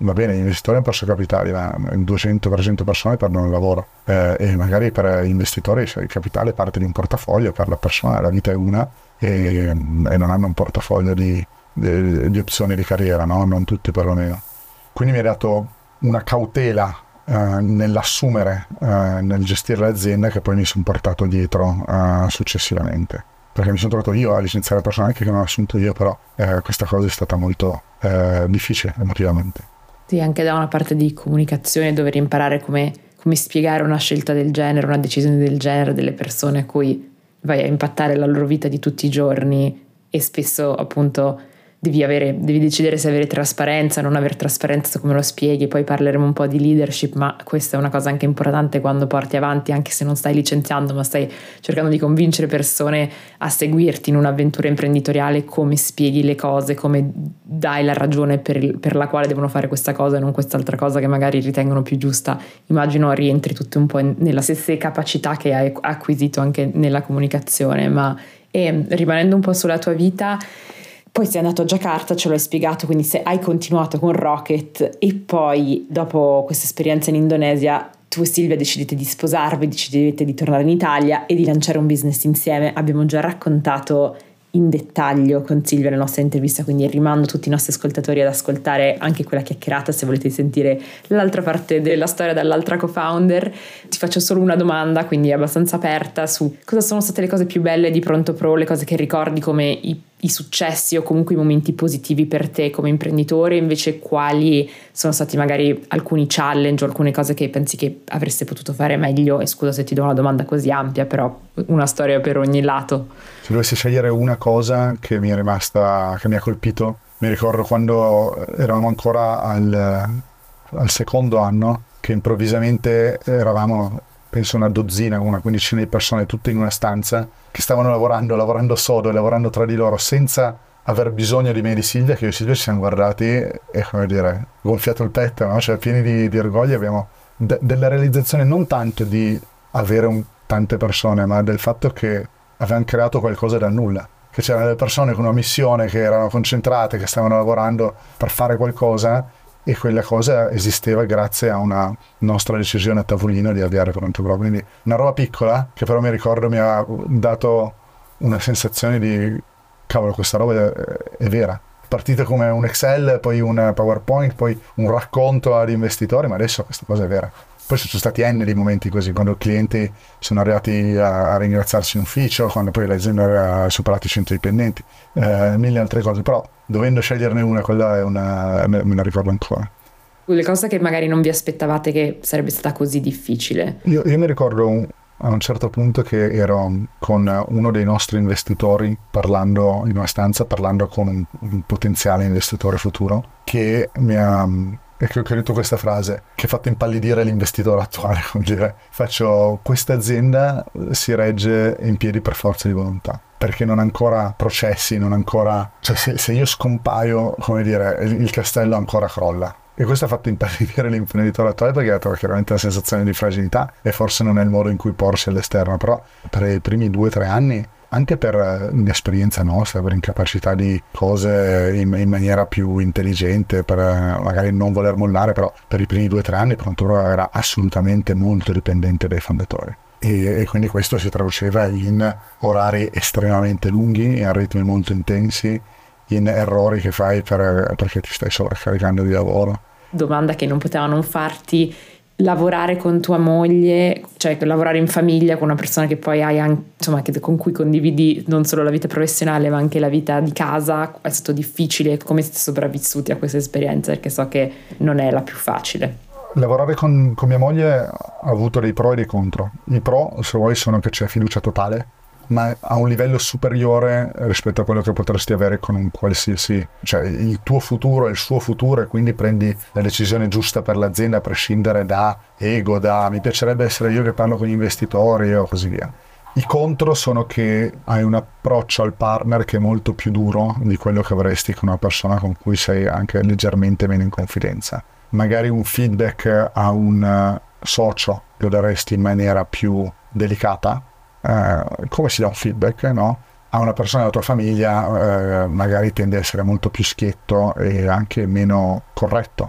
va bene, gli investitori hanno perso capitali, ma duecento trecento persone perdono il lavoro, eh, e magari per gli investitori cioè, il capitale parte di un portafoglio, per la persona la vita è una e, e non hanno un portafoglio di, di, di opzioni di carriera, no? Non tutti perlomeno. Quindi mi ha dato una cautela uh, nell'assumere, uh, nel gestire l'azienda, che poi mi sono portato dietro uh, successivamente, perché mi sono trovato io a licenziare persone anche che non ho assunto io, però uh, questa cosa è stata molto uh, difficile emotivamente. Sì, anche da una parte di comunicazione, dover imparare come, come spiegare una scelta del genere, una decisione del genere delle persone a cui vai a impattare la loro vita di tutti i giorni, e spesso appunto devi avere, devi decidere se avere trasparenza, non avere trasparenza su come lo spieghi. Poi parleremo un po' di leadership, ma questa è una cosa anche importante quando porti avanti, anche se non stai licenziando, ma stai cercando di convincere persone a seguirti in un'avventura imprenditoriale, come spieghi le cose, come dai la ragione per, il, per la quale devono fare questa cosa e non quest'altra cosa che magari ritengono più giusta. Immagino rientri tutto un po' in, nella stessa capacità che hai acquisito anche nella comunicazione. Ma e, rimanendo un po' sulla tua vita, poi sei andato a Giacarta, ce l'hai spiegato, quindi se hai continuato con Rocket, e poi dopo questa esperienza in Indonesia tu e Silvia decidete di sposarvi, decidete di tornare in Italia e di lanciare un business insieme. Abbiamo già raccontato in dettaglio con Silvia nella nostra intervista, quindi rimando tutti i nostri ascoltatori ad ascoltare anche quella chiacchierata se volete sentire l'altra parte della storia dall'altra co-founder. Ti faccio solo una domanda, quindi abbastanza aperta, su cosa sono state le cose più belle di Pronto Pro, le cose che ricordi come i, i successi o comunque i momenti positivi per te come imprenditore, invece quali sono stati magari alcuni challenge o alcune cose che pensi che avreste potuto fare meglio. E scusa se ti do una domanda così ampia, però una storia per ogni lato. Se dovessi scegliere una cosa che mi è rimasta, che mi ha colpito, mi ricordo quando eravamo ancora al, al secondo anno, che improvvisamente eravamo, penso una dozzina, una quindicina di persone, tutte in una stanza, che stavano lavorando, lavorando sodo e lavorando tra di loro, senza aver bisogno di me e di Silvia, che io e Silvia ci siamo guardati e, come dire, gonfiato il petto, no? Cioè pieni di, di orgoglio. Abbiamo de- della realizzazione non tanto di avere un, tante persone, ma del fatto che avevano creato qualcosa dal nulla, che c'erano delle persone con una missione, che erano concentrate, che stavano lavorando per fare qualcosa, e quella cosa esisteva grazie a una nostra decisione a tavolino di avviare Pronto Pro. Quindi una roba piccola che però mi ricordo mi ha dato una sensazione di cavolo, questa roba è, è vera. Partita come un Excel, poi un PowerPoint, poi un racconto ad investitori, ma adesso questa cosa è vera. Poi ci sono stati N di momenti così, quando i clienti sono arrivati a, a ringraziarsi in ufficio, quando poi l'azienda ha superato i cento dipendenti, eh, mille altre cose, però dovendo sceglierne una, quella è una, me, me la ricordo ancora. Le cose che magari non vi aspettavate che sarebbe stata così difficile? Io, io mi ricordo un, a un certo punto che ero con uno dei nostri investitori parlando in una stanza, parlando con un, un potenziale investitore futuro, che mi ha... e che ho detto questa frase che ha fatto impallidire l'investitore attuale, come dire, faccio, questa azienda si regge in piedi per forza di volontà, perché non ha ancora processi, non ancora, cioè se, se io scompaio, come dire, il, il castello ancora crolla. E questo ha fatto impallidire l'imprenditore attuale, perché ha dato chiaramente la sensazione di fragilità, e forse non è il modo in cui porsi all'esterno, però per i primi due o tre anni, anche per inesperienza nostra, per incapacità di cose in, in maniera più intelligente, per magari non voler mollare, però per i primi due o tre anni Pronto Pro era assolutamente molto dipendente dai fondatori. E, e quindi questo si traduceva in orari estremamente lunghi, in ritmi molto intensi, in errori che fai per, perché ti stai sovraccaricando di lavoro. Domanda che non poteva non farti: lavorare con tua moglie, cioè lavorare in famiglia con una persona che poi hai anche, insomma, che, con cui condividi non solo la vita professionale ma anche la vita di casa, è stato difficile? Come siete sopravvissuti a questa esperienza? Perché so che non è la più facile. Lavorare con, con mia moglie ha avuto dei pro e dei contro. I pro, se vuoi, sono che c'è fiducia totale, ma a un livello superiore rispetto a quello che potresti avere con un qualsiasi, cioè il tuo futuro è il suo futuro, e quindi prendi la decisione giusta per l'azienda a prescindere da ego, da mi piacerebbe essere io che parlo con gli investitori o così via. I contro sono che hai un approccio al partner che è molto più duro di quello che avresti con una persona con cui sei anche leggermente meno in confidenza. Magari un feedback a un socio lo daresti in maniera più delicata, eh, come si dà un feedback, no? A una persona della tua famiglia eh, magari tende a essere molto più schietto e anche meno corretto.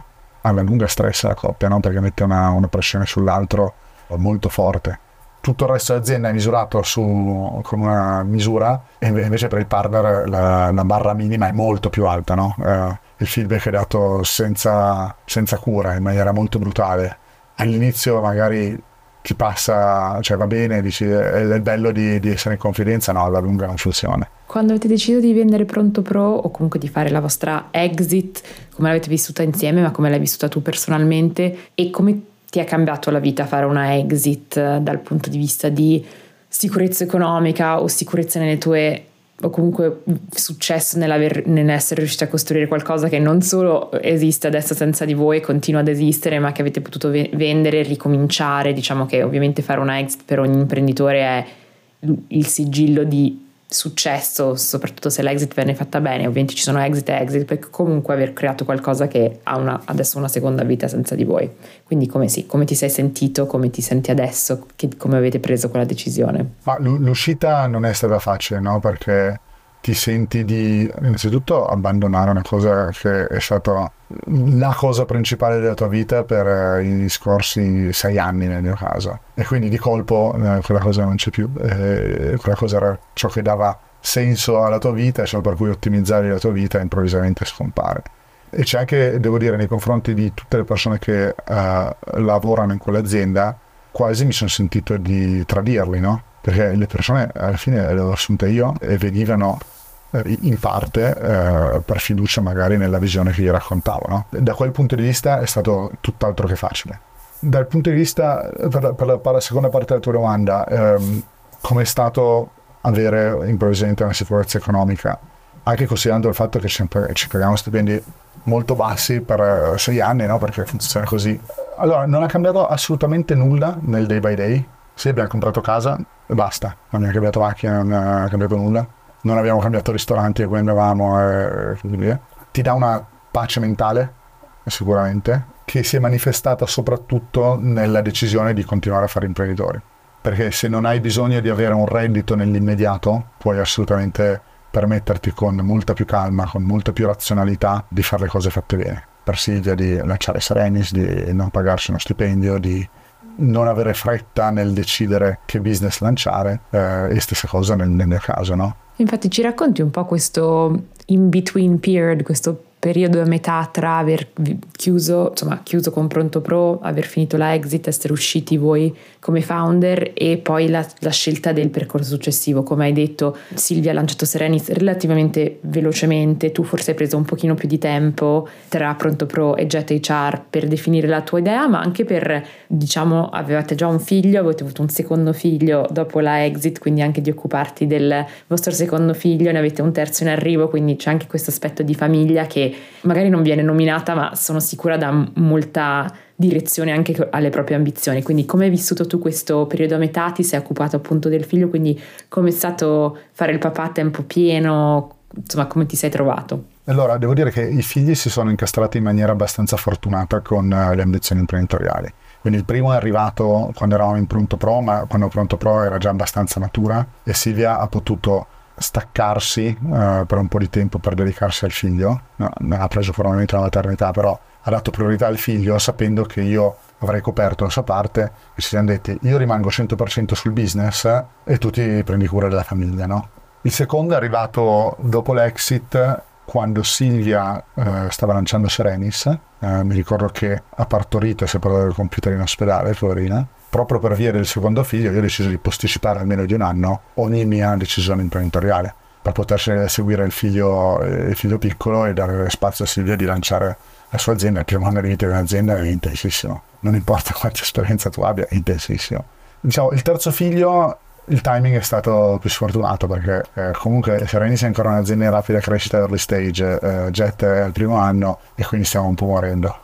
alla lunga stressa la coppia, no? Perché mette una, una pressione sull'altro molto forte. Tutto il resto dell'azienda è misurato su, con una misura, e invece per il partner la, la barra minima è molto più alta, no? Eh, il feedback è dato senza, senza cura, in maniera molto brutale. All'inizio magari ti passa, cioè va bene, dici è il bello di, di essere in confidenza, no, alla lunga non funziona. Quando avete deciso di vendere Pronto Pro o comunque di fare la vostra exit, come l'avete vissuta insieme, ma come l'hai vissuta tu personalmente, e come ti è cambiato la vita fare una exit dal punto di vista di sicurezza economica o sicurezza nelle tue, o comunque successo nell'aver, nell'essere riusciti a costruire qualcosa che non solo esiste adesso senza di voi, continua ad esistere, ma che avete potuto ve- vendere e ricominciare. Diciamo che ovviamente fare una exit per ogni imprenditore è il sigillo di successo, soprattutto se l'exit viene fatta bene. Ovviamente ci sono exit e exit, perché comunque aver creato qualcosa che ha una, adesso una seconda vita senza di voi. Quindi come sì, come ti sei sentito, come ti senti adesso, che, come avete preso quella decisione? Ma l'uscita non è stata facile, no? Perché ti senti di innanzitutto abbandonare una cosa che è stata la cosa principale della tua vita per i scorsi sei anni nel mio caso, e quindi di colpo eh, quella cosa non c'è più, eh, quella cosa era ciò che dava senso alla tua vita, ciò per cui ottimizzavi la tua vita, improvvisamente scompare. E c'è anche, devo dire, nei confronti di tutte le persone che eh, lavorano in quell'azienda, quasi mi sono sentito di tradirli, no? Perché le persone alla fine le avevo assunte io e venivano in parte eh, per fiducia magari nella visione che gli raccontavo, no? Da quel punto di vista è stato tutt'altro che facile. Dal punto di vista, per la, per la, per la seconda parte della tua domanda, ehm, come è stato avere improvvisamente una sicurezza economica, anche considerando il fatto che sempre ci paghiamo stipendi molto bassi per sei anni, no? Perché funziona così. Allora, non ha cambiato assolutamente nulla nel day by day. Sì, abbiamo comprato casa e basta, non abbiamo cambiato macchina, non ha cambiato nulla. Non abbiamo cambiato ristoranti e come andavamo e così via. Ti dà una pace mentale, sicuramente, che si è manifestata soprattutto nella decisione di continuare a fare imprenditori. Perché se non hai bisogno di avere un reddito nell'immediato, puoi assolutamente permetterti con molta più calma, con molta più razionalità, di fare le cose fatte bene. Per Silvia di lasciare Serenis, di non pagarsi uno stipendio, di non avere fretta nel decidere che business lanciare, eh, e stessa cosa nel, nel mio caso, no? Infatti ci racconti un po' questo in-between period, questo periodo a metà tra aver chiuso, insomma chiuso con Pronto Pro, aver finito la exit, essere usciti voi come founder, e poi la, la scelta del percorso successivo. Come hai detto, Silvia ha lanciato Serenis relativamente velocemente, tu forse hai preso un pochino più di tempo tra Pronto Pro e Jet H R per definire la tua idea, ma anche per, diciamo, avevate già un figlio, avete avuto un secondo figlio dopo la exit, quindi anche di occuparti del vostro secondo figlio, ne avete un terzo in arrivo, quindi c'è anche questo aspetto di famiglia che magari non viene nominata, ma sono sicura dà molta direzione anche alle proprie ambizioni. Quindi come hai vissuto tu questo periodo a metà? Ti sei occupato appunto del figlio, quindi come è stato fare il papà a tempo pieno? Insomma, come ti sei trovato? Allora, devo dire che i figli si sono incastrati in maniera abbastanza fortunata con le ambizioni imprenditoriali. Quindi il primo è arrivato quando eravamo in Pronto Pro, ma quando Pronto Pro era già abbastanza matura, e Silvia ha potuto staccarsi uh, per un po' di tempo per dedicarsi al figlio. No, ha preso formalmente la maternità, però ha dato priorità al figlio, sapendo che io avrei coperto la sua parte, e ci siamo detti: io rimango cento per cento sul business e tu ti prendi cura della famiglia, no? Il secondo è arrivato dopo l'exit, quando Silvia uh, stava lanciando Serenis. Uh, mi ricordo che ha partorito e si è portato il computer in ospedale, poverina. Proprio per via del secondo figlio io ho deciso di posticipare almeno di un anno ogni mia decisione imprenditoriale, per poter seguire il figlio, il figlio piccolo, e dare spazio a Silvia di lanciare la sua azienda. Il primo anno di vita di un'azienda è intensissimo, non importa quanta esperienza tu abbia, è intensissimo. Diciamo, il terzo figlio, il timing è stato più sfortunato, perché eh, comunque Serenis è ancora un'azienda in rapida crescita early stage, eh, Jet è al primo anno e quindi stiamo un po' morendo.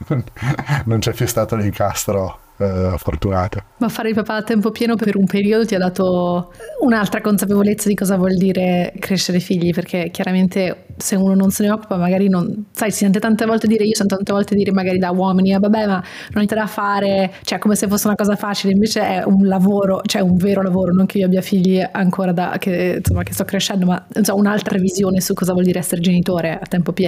Non c'è più stato l'incastro Uh, fortunato. Ma fare il papà a tempo pieno per un periodo ti ha dato un'altra consapevolezza di cosa vuol dire crescere figli, perché chiaramente se uno non se ne occupa magari non, sai, si sente tante volte dire, io sento tante volte dire magari da uomini, ah, vabbè, ma non è da fare, cioè come se fosse una cosa facile. Invece è un lavoro, cioè un vero lavoro. Non che io abbia figli ancora da, che, insomma, che sto crescendo, ma insomma, un'altra visione su cosa vuol dire essere genitore a tempo pieno.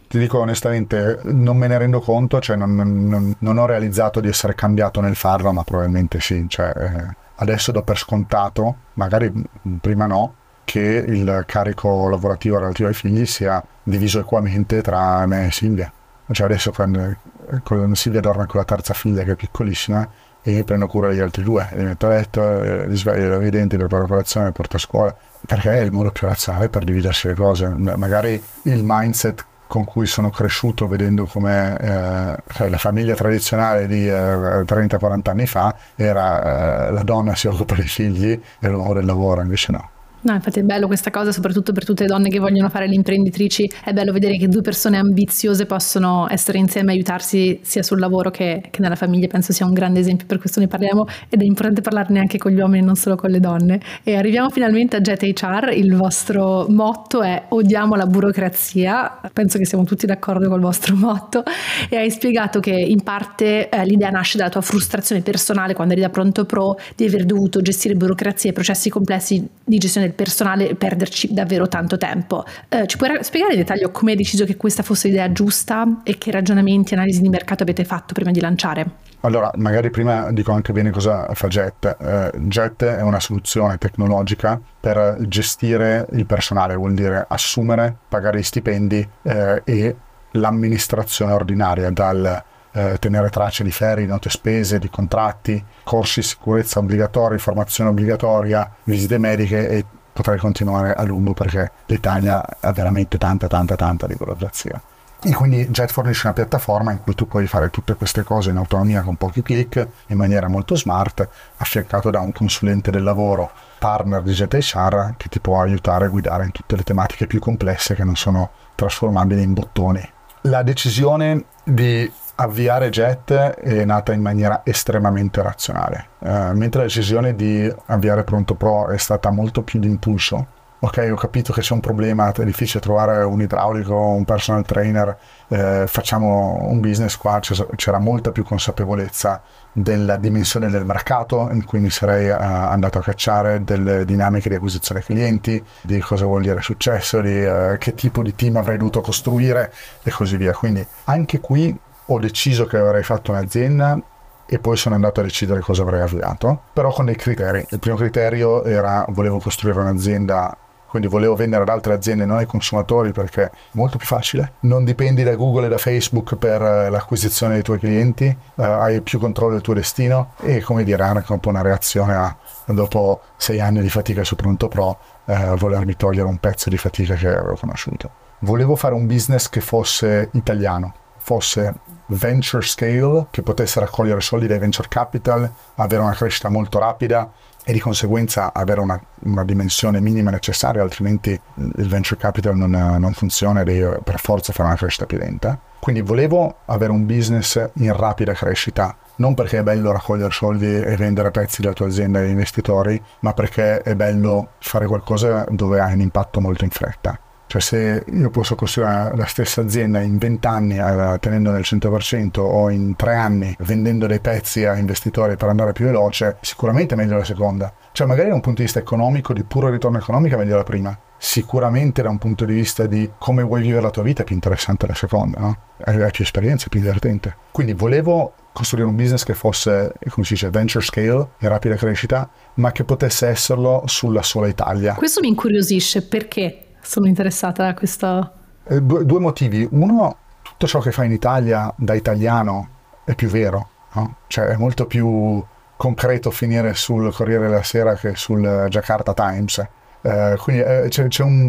Ti dico onestamente, non me ne rendo conto, cioè non, non, non ho realizzato di essere cambiato nel farlo, ma probabilmente sì. Cioè, eh, adesso do per scontato, magari prima no, che il carico lavorativo relativo ai figli sia diviso equamente tra me e Silvia. Cioè adesso quando, quando Silvia dorme con la terza figlia che è piccolissima e mi prendo cura degli altri due, li metto a letto, li sveglio, i denti, le preparazioni, le porto a scuola, perché è il modo più razionale per dividersi le cose. Magari il mindset con cui sono cresciuto vedendo come eh, cioè la famiglia tradizionale di eh, trenta quaranta anni fa era eh, la donna si occupa dei figli e l'uomo del lavoro, invece no. No, infatti è bello questa cosa, soprattutto per tutte le donne che vogliono fare le imprenditrici, è bello vedere che due persone ambiziose possono essere insieme e aiutarsi sia sul lavoro che, che nella famiglia. Penso sia un grande esempio, per questo ne parliamo ed è importante parlarne anche con gli uomini, non solo con le donne. E arriviamo finalmente a Jet H R, il vostro motto è odiamo la burocrazia, penso che siamo tutti d'accordo col vostro motto, e hai spiegato che in parte eh, l'idea nasce dalla tua frustrazione personale quando eri da Pronto Pro di aver dovuto gestire burocrazie e processi complessi di gestione del personale e perderci davvero tanto tempo. Eh, ci puoi spiegare in dettaglio come hai deciso che questa fosse l'idea giusta e che ragionamenti e analisi di mercato avete fatto prima di lanciare? Allora, magari prima dico anche bene cosa fa Jet. Eh, Jet è una soluzione tecnologica per gestire il personale, vuol dire assumere, pagare gli stipendi eh, e l'amministrazione ordinaria, dal eh, tenere tracce di ferie, note spese, di contratti, corsi di sicurezza obbligatori, formazione obbligatoria, visite mediche, e potrei continuare a lungo perché l'Italia ha veramente tanta tanta tanta di burocrazia. E quindi Jet fornisce una piattaforma in cui tu puoi fare tutte queste cose in autonomia con pochi click, in maniera molto smart, affiancato da un consulente del lavoro, partner di Jet H R, che ti può aiutare a guidare in tutte le tematiche più complesse che non sono trasformabili in bottoni. La decisione di avviare Jet è nata in maniera estremamente razionale, eh, mentre la decisione di avviare Pronto Pro è stata molto più di impulso. Ok, ho capito che c'è un problema, è difficile trovare un idraulico, un personal trainer, eh, facciamo un business qua, c'era molta più consapevolezza della dimensione del mercato in cui mi sarei uh, andato a cacciare, delle dinamiche di acquisizione clienti, di cosa vuol dire successo, di uh, che tipo di team avrei dovuto costruire e così via. Quindi anche qui ho deciso che avrei fatto un'azienda e poi sono andato a decidere cosa avrei avviato, però con dei criteri. Il primo criterio era volevo costruire un'azienda, quindi volevo vendere ad altre aziende, non ai consumatori, perché è molto più facile. Non dipendi da Google e da Facebook per l'acquisizione dei tuoi clienti, eh, hai più controllo del tuo destino e, come dire, anche un po' una reazione a, dopo sei anni di fatica su Pronto Pro, eh, volermi togliere un pezzo di fatica che avevo conosciuto. Volevo fare un business che fosse italiano, fosse venture scale, che potesse raccogliere soldi dai venture capital, avere una crescita molto rapida e di conseguenza avere una, una dimensione minima necessaria, altrimenti il venture capital non, non funziona e devi per forza fare una crescita più lenta. Quindi volevo avere un business in rapida crescita, non perché è bello raccogliere soldi e vendere pezzi della tua azienda agli investitori, ma perché è bello fare qualcosa dove hai un impatto molto in fretta. Cioè, se io posso costruire la stessa azienda in venti anni eh, tenendone il cento per cento o in tre anni vendendo dei pezzi a investitori per andare più veloce, sicuramente è meglio la seconda. Cioè, magari da un punto di vista economico, di puro ritorno economico, è meglio la prima. Sicuramente da un punto di vista di come vuoi vivere la tua vita è più interessante la seconda, no? Hai più esperienza, è più divertente. Quindi volevo costruire un business che fosse, come si dice, venture scale, in rapida crescita, ma che potesse esserlo sulla sola Italia. Questo mi incuriosisce, perché sono interessata a questo. Eh, due, due motivi. Uno, tutto ciò che fai in Italia da italiano è più vero, no? Cioè è molto più concreto finire sul Corriere della Sera che sul Jakarta Times. Eh, quindi eh, c'è, c'è un,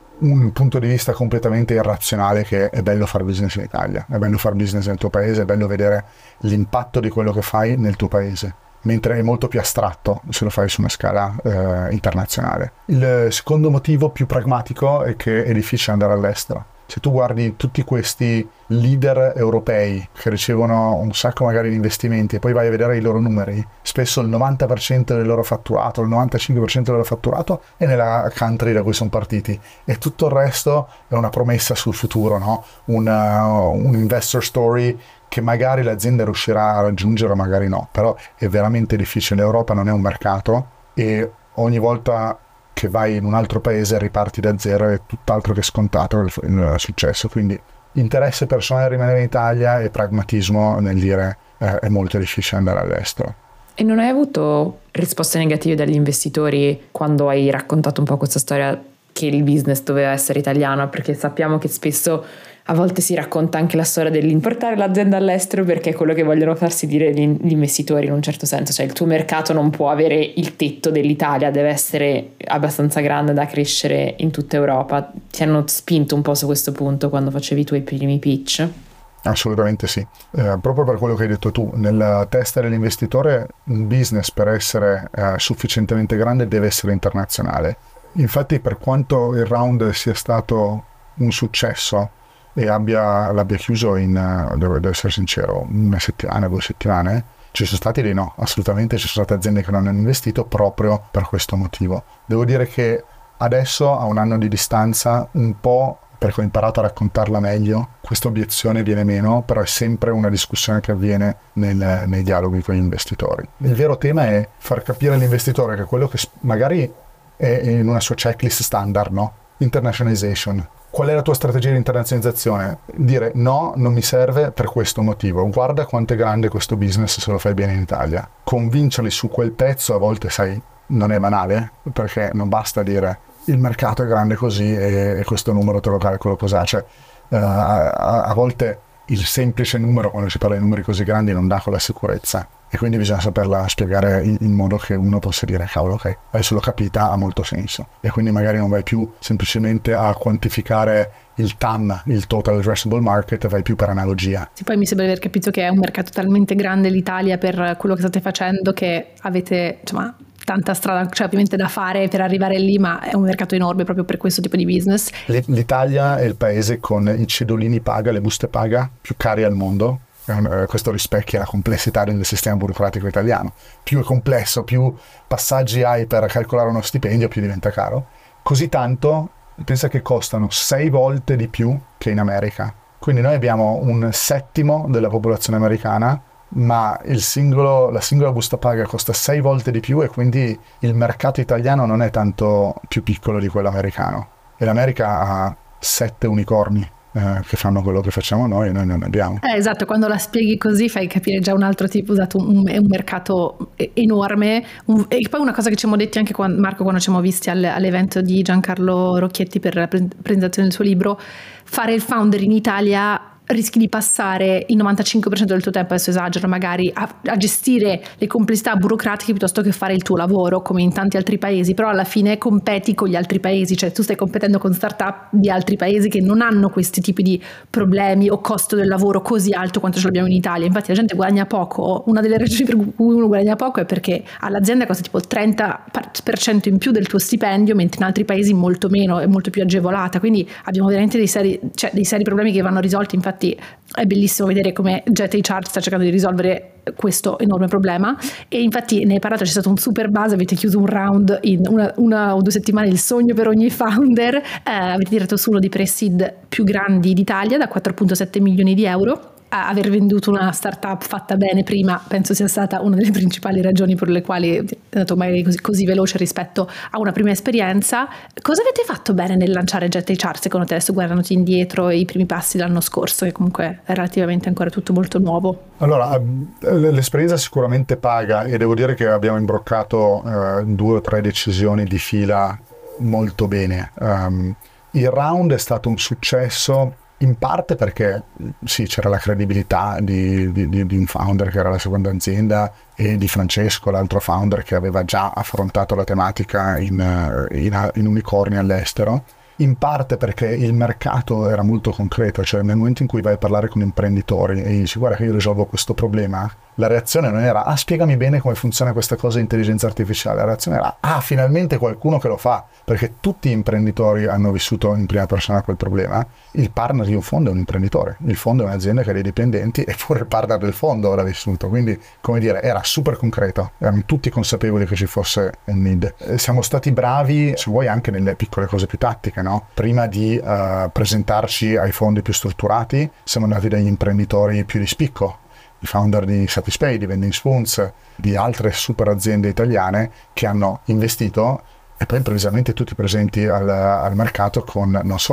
un punto di vista completamente irrazionale che è bello fare business in Italia, è bello fare business nel tuo paese, è bello vedere l'impatto di quello che fai nel tuo paese, mentre è molto più astratto se lo fai su una scala eh, internazionale. Il secondo motivo più pragmatico è che è difficile andare all'estero. Se tu guardi tutti questi leader europei che ricevono un sacco magari di investimenti e poi vai a vedere i loro numeri, spesso il novanta per cento del loro fatturato, il novantacinque per cento del loro fatturato è nella country da cui sono partiti e tutto il resto è una promessa sul futuro, no? Una, un investor story che magari l'azienda riuscirà a raggiungere o magari no, però è veramente difficile. L'Europa non è un mercato e ogni volta che vai in un altro paese riparti da zero, è tutt'altro che scontato il, il successo. Quindi interesse personale a rimanere in Italia e pragmatismo nel dire eh, è molto difficile andare all'estero. E non hai avuto risposte negative dagli investitori quando hai raccontato un po' questa storia che il business doveva essere italiano? Perché sappiamo che spesso a volte si racconta anche la storia dell'importare l'azienda all'estero perché è quello che vogliono farsi dire gli, gli investitori in un certo senso, cioè il tuo mercato non può avere il tetto dell'Italia, deve essere abbastanza grande da crescere in tutta Europa. Ti hanno spinto un po' su questo punto quando facevi i tuoi primi pitch? Assolutamente sì, eh, proprio per quello che hai detto tu, nella testa dell'investitore un business per essere eh, sufficientemente grande deve essere internazionale. Infatti per quanto il round sia stato un successo e abbia, l'abbia chiuso in, devo, devo essere sincero, una settimana, due settimane, ci sono stati dei no, assolutamente ci sono state aziende che non hanno investito proprio per questo motivo. Devo dire che adesso, a un anno di distanza, un po' perché ho imparato a raccontarla meglio, questa obiezione viene meno, però è sempre una discussione che avviene nel, nei dialoghi con gli investitori. Il vero tema è far capire all'investitore che quello che magari è in una sua checklist standard, no? Internationalization. Qual è la tua strategia di internazionalizzazione? Dire no, non mi serve per questo motivo. Guarda quanto è grande questo business se lo fai bene in Italia. Convincerli su quel pezzo a volte, sai, non è banale, perché non basta dire il mercato è grande così e, e questo numero te lo calcolo cos'ha. Cioè, uh, a, a volte il semplice numero, quando si parla di numeri così grandi, non dà quella sicurezza. E quindi bisogna saperla spiegare in, in modo che uno possa dire cavolo, ok, adesso l'ho capita, ha molto senso. E quindi magari non vai più semplicemente a quantificare il T A M, il Total Addressable Market, vai più per analogia. Sì, poi mi sembra di aver capito che è un mercato talmente grande l'Italia per quello che state facendo che avete, insomma, tanta strada, cioè ovviamente da fare per arrivare lì, ma è un mercato enorme proprio per questo tipo di business. L'Italia è il paese con i cedolini paga, le buste paga più cari al mondo. Questo rispecchia la complessità del sistema burocratico italiano. Più è complesso, più passaggi hai per calcolare uno stipendio, più diventa caro. Così tanto, pensa che costano sei volte di più che in America. Quindi noi abbiamo un settimo della popolazione americana, ma il singolo, la singola busta paga costa sei volte di più e quindi il mercato italiano non è tanto più piccolo di quello americano. E l'America ha sette unicorni che fanno quello che facciamo noi e noi non ne abbiamo. Eh, esatto, quando la spieghi così fai capire già un altro tipo, dato un, è un mercato enorme. Un, e poi una cosa che ci siamo detti anche quando, Marco, quando ci siamo visti all, all'evento di Giancarlo Rocchietti per la pre- presentazione del suo libro, fare il founder in Italia rischi di passare il novantacinque per cento del tuo tempo, adesso esagero magari, a, a gestire le complessità burocratiche piuttosto che fare il tuo lavoro come in tanti altri paesi, però alla fine competi con gli altri paesi, cioè tu stai competendo con startup di altri paesi che non hanno questi tipi di problemi o costo del lavoro così alto quanto ce l'abbiamo in Italia. Infatti la gente guadagna poco, una delle ragioni per cui uno guadagna poco è perché all'azienda costa tipo il trenta per cento in più del tuo stipendio, mentre in altri paesi molto meno, è molto più agevolata, quindi abbiamo veramente dei seri, cioè dei seri problemi che vanno risolti. Infatti è bellissimo vedere come Jet H R sta cercando di risolvere questo enorme problema e infatti ne hai parlato, c'è stato un super buzz, avete chiuso un round in una, una o due settimane, il sogno per ogni founder, eh, avete tirato su uno dei pre-seed più grandi d'Italia da quattro virgola sette milioni di euro. A aver venduto una startup fatta bene prima penso sia stata una delle principali ragioni per le quali è andato magari così, così veloce rispetto a una prima esperienza. Cosa avete fatto bene nel lanciare Jet H R secondo te, adesso guardandoti indietro i primi passi dell'anno scorso, che comunque è relativamente ancora tutto molto nuovo? Allora, l'esperienza sicuramente paga e devo dire che abbiamo imbroccato uh, due o tre decisioni di fila molto bene. Um, il round è stato un successo in parte perché sì, c'era la credibilità di, di, di un founder che era la seconda azienda e di Francesco, l'altro founder che aveva già affrontato la tematica in, in, in unicorni all'estero. In parte perché il mercato era molto concreto, cioè nel momento in cui vai a parlare con imprenditori e dici guarda che io risolvo questo problema, la reazione non era ah spiegami bene come funziona questa cosa di intelligenza artificiale, la reazione era ah finalmente qualcuno che lo fa, perché tutti gli imprenditori hanno vissuto in prima persona quel problema. Il partner di un fondo è un imprenditore, il fondo è un'azienda che ha dei dipendenti eppure il partner del fondo l'ha vissuto, quindi come dire era super concreto, erano tutti consapevoli che ci fosse un need. Siamo stati bravi se vuoi anche nelle piccole cose più tattiche, no? Prima di uh, presentarci ai fondi più strutturati siamo andati dagli imprenditori più di spicco, i founder di Satispay, di Vending Spoons, di altre super aziende italiane che hanno investito e poi improvvisamente tutti presenti al, al mercato con non solo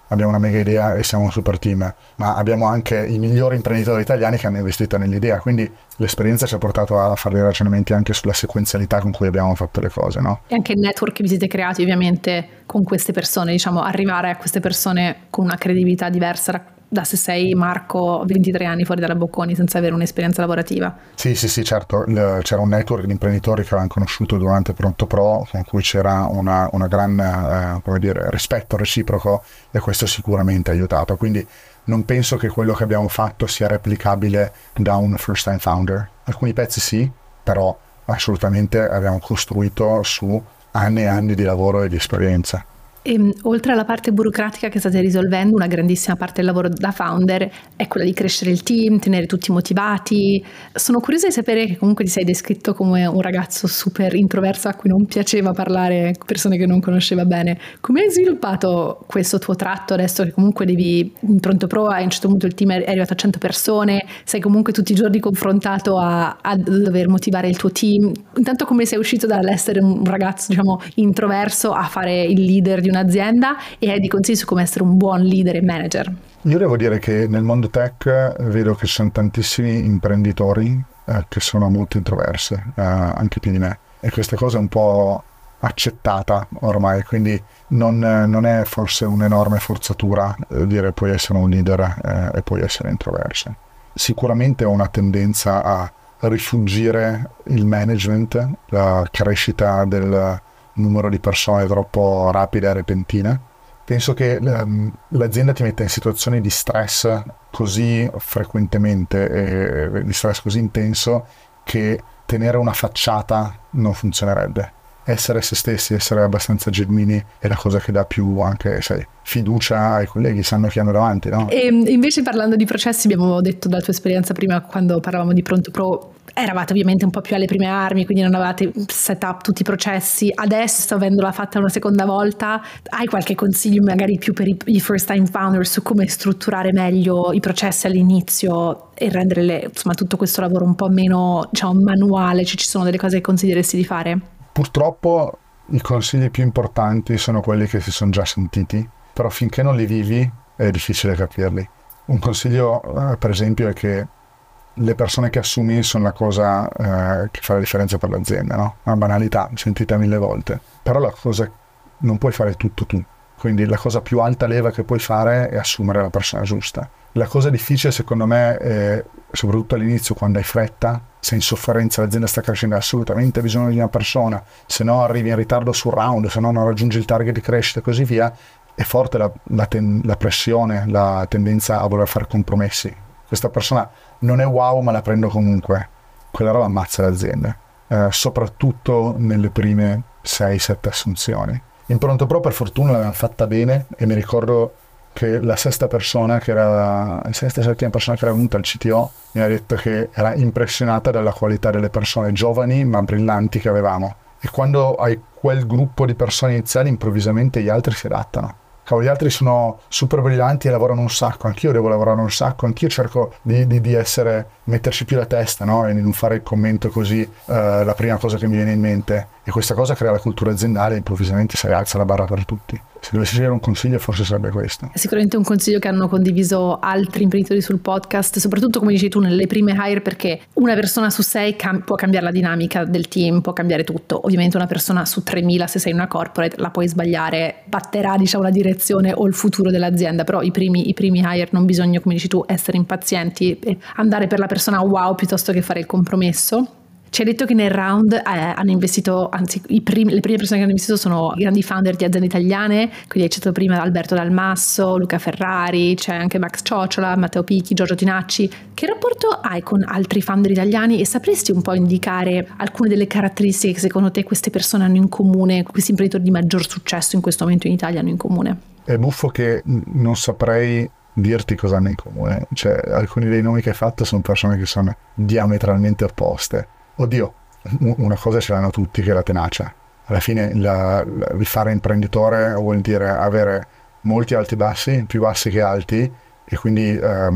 abbiamo una mega idea e siamo un super team, ma abbiamo anche i migliori imprenditori italiani che hanno investito nell'idea, quindi l'esperienza ci ha portato a fare dei ragionamenti anche sulla sequenzialità con cui abbiamo fatto le cose, no? E anche il network che vi siete creati ovviamente con queste persone, diciamo, arrivare a queste persone con una credibilità diversa da se sei Marco ventitré anni fuori dalla Bocconi senza avere un'esperienza lavorativa. Sì, sì, sì, certo, c'era un network di imprenditori che avevano conosciuto durante Pronto Pro, con cui c'era una, una gran, eh, come dire, rispetto reciproco, e questo sicuramente ha aiutato, quindi non penso che quello che abbiamo fatto sia replicabile da un first time founder. Alcuni pezzi sì, però assolutamente abbiamo costruito su anni e anni di lavoro e di esperienza. E, oltre alla parte burocratica che state risolvendo, una grandissima parte del lavoro da founder è quella di crescere il team, tenere tutti motivati. Sono curiosa di sapere che comunque ti sei descritto come un ragazzo super introverso a cui non piaceva parlare con persone che non conosceva bene. Come hai sviluppato questo tuo tratto adesso che comunque devi, in Pronto Pro, a un certo punto il team è arrivato a cento persone, sei comunque tutti i giorni confrontato a, a dover motivare il tuo team. Intanto come sei uscito dall'essere un ragazzo, diciamo, introverso a fare il leader di una azienda, e hai di consigli su come essere un buon leader e manager? Io devo dire che nel mondo tech vedo che ci sono tantissimi imprenditori eh, che sono molto introversi, eh, anche più di me, e questa cosa è un po' accettata ormai, quindi non, non è forse un'enorme forzatura eh, dire puoi essere un leader eh, e puoi essere introverso. Sicuramente ho una tendenza a rifuggire il management, la crescita del numero di persone troppo rapida e repentina. Penso che um, l'azienda ti metta in situazioni di stress così frequentemente e di stress così intenso che tenere una facciata non funzionerebbe. Essere se stessi, essere abbastanza genuini è la cosa che dà più anche, sai, fiducia ai colleghi, sanno chi hanno davanti, no? E invece, parlando di processi, abbiamo detto dalla tua esperienza prima quando parlavamo di Pronto Pro, eravate ovviamente un po' più alle prime armi, quindi non avevate set up tutti i processi. Adesso, avendola fatta una seconda volta, hai qualche consiglio magari più per i first time founder su come strutturare meglio i processi all'inizio e rendere le, insomma, tutto questo lavoro un po' meno, diciamo, manuale? Cioè, ci sono delle cose che consiglieresti di fare? Purtroppo i consigli più importanti sono quelli che si sono già sentiti, però finché non li vivi è difficile capirli. Un consiglio, eh, per esempio, è che le persone che assumi sono la cosa eh, che fa la differenza per l'azienda, no? Una banalità, sentita mille volte. Però la cosa, non puoi fare tutto tu. Quindi la cosa più alta leva che puoi fare è assumere la persona giusta. La cosa difficile secondo me è, soprattutto all'inizio quando hai fretta, sei in sofferenza, l'azienda sta crescendo, hai assolutamente bisogno di una persona, se no arrivi in ritardo sul round, se no non raggiungi il target di crescita e così via, è forte la, la, ten, la pressione, la tendenza a voler fare compromessi. Questa persona non è wow ma la prendo comunque, quella roba ammazza l'azienda, eh, soprattutto nelle prime sei sette assunzioni. In Pronto Pro per fortuna l'abbiamo fatta bene e mi ricordo che la sesta persona che era la sesta settima persona che era venuta al C T O mi ha detto che era impressionata dalla qualità delle persone giovani ma brillanti che avevamo, e quando hai quel gruppo di persone iniziali improvvisamente gli altri si adattano. Cavolo, gli altri sono super brillanti e lavorano un sacco, anch'io devo lavorare un sacco, anch'io cerco di, di, di essere, metterci più la testa, no? E di non fare il commento così uh, la prima cosa che mi viene in mente, e questa cosa crea la cultura aziendale e improvvisamente si alza la barra per tutti. Se dovessi dire un consiglio forse sarebbe questo. È sicuramente un consiglio che hanno condiviso altri imprenditori sul podcast, soprattutto come dici tu nelle prime hire, perché una persona su sei cam- può cambiare la dinamica del team, può cambiare tutto. Ovviamente una persona su tremila, se sei una corporate, la puoi sbagliare, batterà, diciamo, la direzione o il futuro dell'azienda, però i primi, i primi hire non bisogna, come dici tu, essere impazienti e andare per la persona wow piuttosto che fare il compromesso. Ci hai detto che nel round eh, hanno investito, anzi i primi, le prime persone che hanno investito sono i grandi founder di aziende italiane, quindi hai citato prima Alberto Dalmasso, Luca Ferrari, c'è anche Max Ciociola, Matteo Picchi, Giorgio Tinacci. Che rapporto hai con altri founder italiani e sapresti un po' indicare alcune delle caratteristiche che secondo te queste persone hanno in comune, questi imprenditori di maggior successo in questo momento in Italia hanno in comune? È buffo che non saprei dirti cosa hanno in comune, cioè alcuni dei nomi che hai fatto sono persone che sono diametralmente opposte. Oddio, una cosa ce l'hanno tutti, che è la tenacia. Alla fine la, la, rifare imprenditore vuol dire avere molti alti e bassi, più bassi che alti, e quindi um,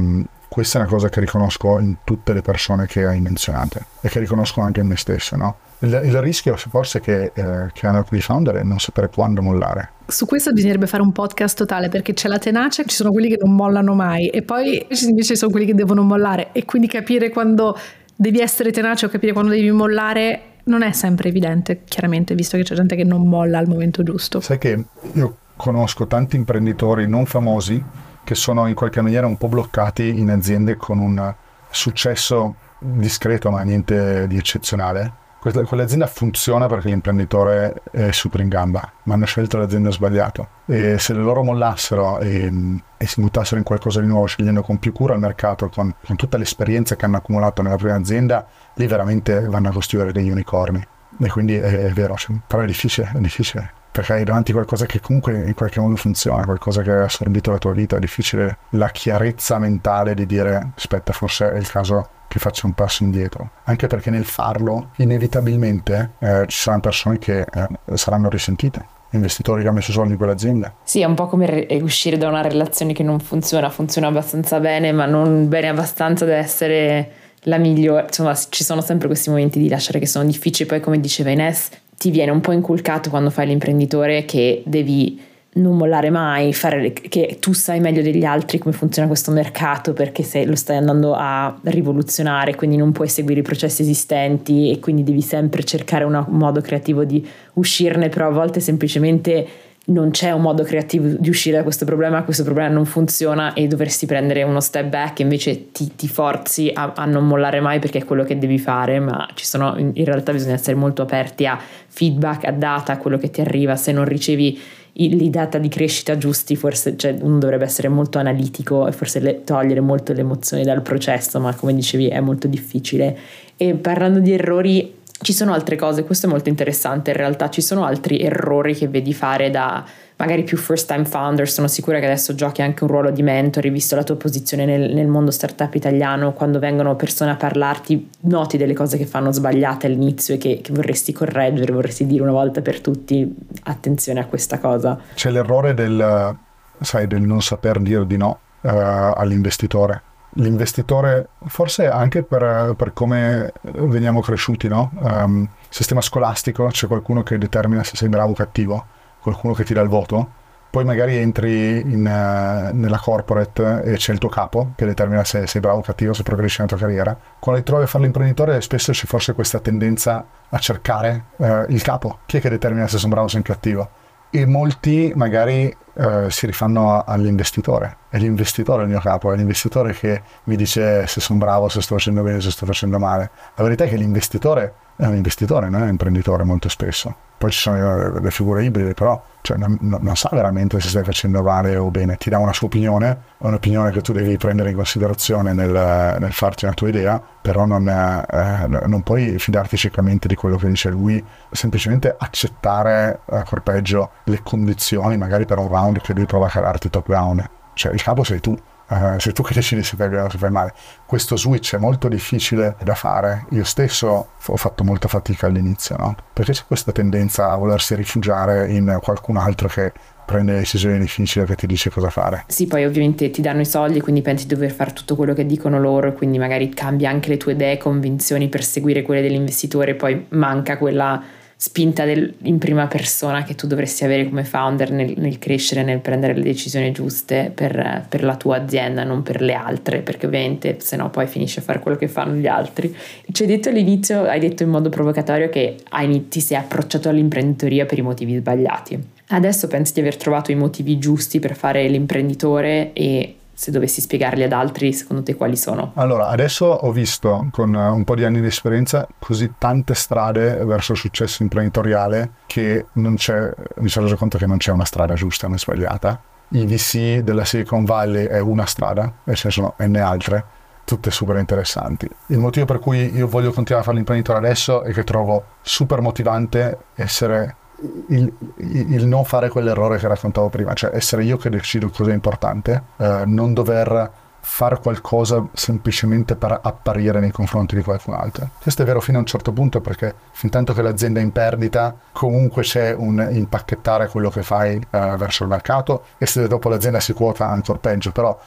questa è una cosa che riconosco in tutte le persone che hai menzionate e che riconosco anche in me stesso, no? Il, il rischio forse che, eh, che hanno alcuni founder è non sapere quando mollare. Su questo bisognerebbe fare un podcast totale, perché c'è la tenacia, ci sono quelli che non mollano mai e poi invece ci sono quelli che devono mollare, e quindi capire quando devi essere tenace o capire quando devi mollare non è sempre evidente, chiaramente, visto che c'è gente che non molla al momento giusto. Sai che io conosco tanti imprenditori non famosi che sono in qualche maniera un po' bloccati in aziende con un successo discreto ma niente di eccezionale. Questa, quell'azienda funziona perché l'imprenditore è super in gamba, ma hanno scelto l'azienda sbagliata, e se le loro mollassero e, e si buttassero in qualcosa di nuovo, scegliendo con più cura il mercato, con, con tutta l'esperienza che hanno accumulato nella prima azienda, lì veramente vanno a costruire degli unicorni. E quindi è, è vero, cioè, però è difficile, è difficile, perché hai davanti qualcosa che comunque in qualche modo funziona, qualcosa che ha assorbito la tua vita. È difficile la chiarezza mentale di dire aspetta, forse è il caso che faccia un passo indietro, anche perché nel farlo inevitabilmente eh, ci saranno persone che eh, saranno risentite, investitori che hanno messo soldi in quell'azienda. Sì, è un po' come re- uscire da una relazione che non funziona, funziona abbastanza bene, ma non bene abbastanza da essere la migliore. Insomma, ci sono sempre questi momenti di lasciare che sono difficili. Poi, come diceva Ines, ti viene un po' inculcato quando fai l'imprenditore che devi non mollare mai, fare, che tu sai meglio degli altri come funziona questo mercato, perché se lo stai andando a rivoluzionare, quindi non puoi seguire i processi esistenti e quindi devi sempre cercare una, un modo creativo di uscirne, però a volte semplicemente non c'è un modo creativo di uscire da questo problema, questo problema non funziona e dovresti prendere uno step back e invece ti, ti forzi a, a non mollare mai, perché è quello che devi fare. Ma ci sono, in, in realtà bisogna essere molto aperti a feedback, a data, a quello che ti arriva. Se non ricevi i, i data di crescita giusti, forse cioè, uno dovrebbe essere molto analitico e forse le, togliere molto le emozioni dal processo, ma come dicevi è molto difficile. E parlando di errori, ci sono altre cose, questo è molto interessante in realtà, ci sono altri errori che vedi fare da magari più first time founder. Sono sicura che adesso giochi anche un ruolo di mentore, visto la tua posizione nel, nel mondo startup italiano. Quando vengono persone a parlarti, noti delle cose che fanno sbagliate all'inizio e che, che vorresti correggere, vorresti dire una volta per tutti attenzione a questa cosa. C'è l'errore del, sai, del non saper dire di no uh, all'investitore. L'investitore, forse anche per, per come veniamo cresciuti, no? Um, sistema scolastico, c'è qualcuno che determina se sei bravo o cattivo, qualcuno che ti dà il voto, poi magari entri in, uh, nella corporate e c'è il tuo capo che determina se sei bravo o cattivo, se progressi nella tua carriera. Quando ti trovi a fare l'imprenditore spesso c'è forse questa tendenza a cercare uh, il capo, chi è che determina se sono bravo o sono cattivo, e molti magari uh, si rifanno all'investitore. È l'investitore il mio capo, è l'investitore che mi dice se sono bravo, se sto facendo bene, se sto facendo male. La verità è che l'investitore è un investitore, non è un imprenditore molto spesso. Poi ci sono le figure ibride, però cioè, non, non sa veramente se stai facendo male o bene. Ti dà una sua opinione, è un'opinione che tu devi prendere in considerazione nel, nel farti una tua idea, però non, eh, non puoi fidarti ciecamente di quello che dice lui, semplicemente accettare a corpeggio le condizioni magari per un round che lui prova a calarti top round. Cioè il capo sei tu. Uh, sei tu che decidi se fai bene o se fai male. Questo switch è molto difficile da fare. Io stesso ho fatto molta fatica all'inizio, no? Perché c'è questa tendenza a volersi rifugiare in qualcun altro che prende decisioni difficili, che ti dice cosa fare. Sì, poi ovviamente ti danno i soldi, quindi pensi di dover fare tutto quello che dicono loro, quindi magari cambi anche le tue idee, convinzioni per seguire quelle dell'investitore, poi manca quella spinta del, in prima persona che tu dovresti avere come founder nel, nel crescere, nel prendere le decisioni giuste per, per la tua azienda, non per le altre, perché ovviamente se no poi finisci a fare quello che fanno gli altri. Ci hai detto all'inizio, hai detto in modo provocatorio che hai, ti sei approcciato all'imprenditoria per i motivi sbagliati. Adesso pensi di aver trovato i motivi giusti per fare l'imprenditore, e se dovessi spiegarli ad altri, secondo te quali sono? Allora, adesso ho visto con un po' di anni di esperienza così tante strade verso il successo imprenditoriale che non c'è, mi sono reso conto che non c'è una strada giusta né sbagliata. I V C della Silicon Valley è una strada e ce ne sono n altre, tutte super interessanti. Il motivo per cui io voglio continuare a fare l'imprenditore adesso è che trovo super motivante essere Il, il non fare quell'errore che raccontavo prima, cioè essere io che decido cosa è importante, eh, non dover fare qualcosa semplicemente per apparire nei confronti di qualcun altro. Questo è vero fino a un certo punto, perché fin tanto che l'azienda è in perdita comunque c'è un impacchettare quello che fai eh, verso il mercato, e se dopo l'azienda si quota ancora peggio. Però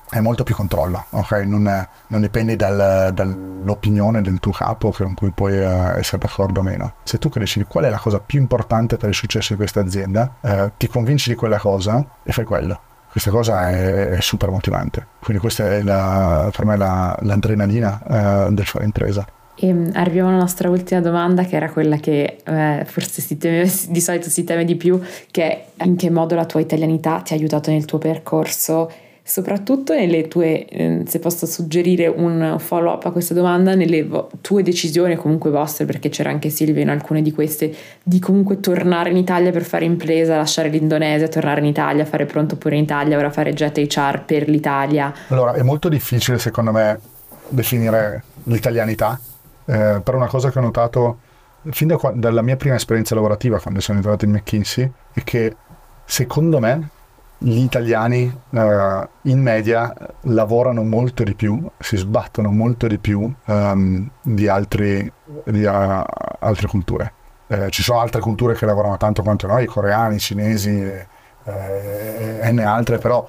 è molto più controllo, ok? Non, è, non dipendi dal, dall'opinione del tuo capo con cui puoi uh, essere d'accordo o meno. Se tu decidi qual è la cosa più importante per il successo di questa azienda, uh, ti convinci di quella cosa e fai quello. Questa cosa è, è super motivante. Quindi questa è la, per me la, l'adrenalina uh, del fare impresa. E arriviamo alla nostra ultima domanda, che era quella che eh, forse si teme, di solito si teme di più, che è: in che modo la tua italianità ti ha aiutato nel tuo percorso, soprattutto nelle tue, eh, se posso suggerire un follow up a questa domanda, nelle vo- tue decisioni, comunque vostre, perché c'era anche Silvia in alcune di queste, di comunque tornare in Italia per fare impresa, lasciare l'Indonesia, tornare in Italia, fare pronto pure in Italia, ora fare Jet H R per l'Italia. Allora, è molto difficile secondo me definire l'italianità. Eh, però una cosa che ho notato fin da qua, dalla mia prima esperienza lavorativa, quando sono entrato in McKinsey, è che secondo me gli italiani eh, in media lavorano molto di più, si sbattono molto di più um, di, altri, di uh, altre culture. Eh, ci sono altre culture che lavorano tanto quanto noi, coreani, cinesi e eh, n altre, però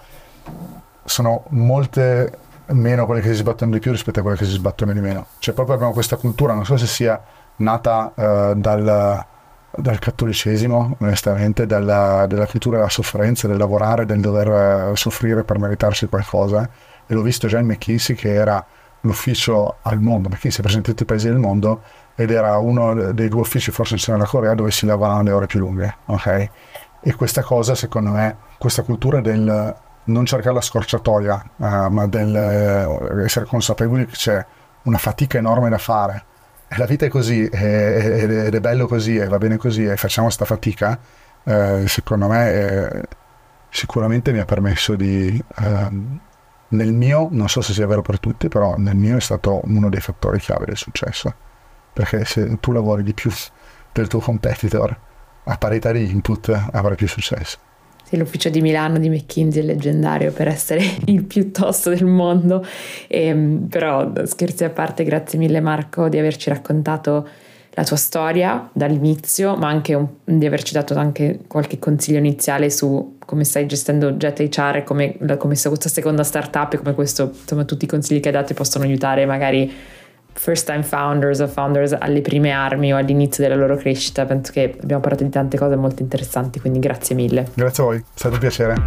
sono molte meno quelle che si sbattono di più rispetto a quelle che si sbattono di meno. Cioè proprio abbiamo questa cultura, non so se sia nata uh, dal, dal cattolicesimo, onestamente, dalla, della cultura della sofferenza, del lavorare, del dover uh, soffrire per meritarsi qualcosa, e l'ho visto già in McKinsey, che era l'ufficio al mondo. McKinsey è presente in tutti i paesi del mondo ed era uno dei due uffici, forse insieme alla Corea, dove si lavoravano le ore più lunghe, ok? E questa cosa, secondo me, questa cultura del non cercare la scorciatoia, uh, ma del uh, essere consapevoli che c'è una fatica enorme da fare, e la vita è così, e, ed è bello così, e va bene così, e facciamo sta fatica, uh, secondo me eh, sicuramente mi ha permesso di uh, nel mio, non so se sia vero per tutti, però nel mio è stato uno dei fattori chiave del successo, perché se tu lavori di più del tuo competitor a parità di input avrai più successo. L'ufficio di Milano di McKinsey è leggendario per essere il più tosto del mondo, e, però scherzi a parte, grazie mille Marco di averci raccontato la tua storia dall'inizio, ma anche un, di averci dato anche qualche consiglio iniziale su come stai gestendo Jet H R, come, come questa seconda startup, e come questo, insomma, tutti i consigli che hai dato possono aiutare magari first time founders o founders alle prime armi o all'inizio della loro crescita. Penso che abbiamo parlato di tante cose molto interessanti, quindi grazie mille. Grazie a voi, è stato un piacere.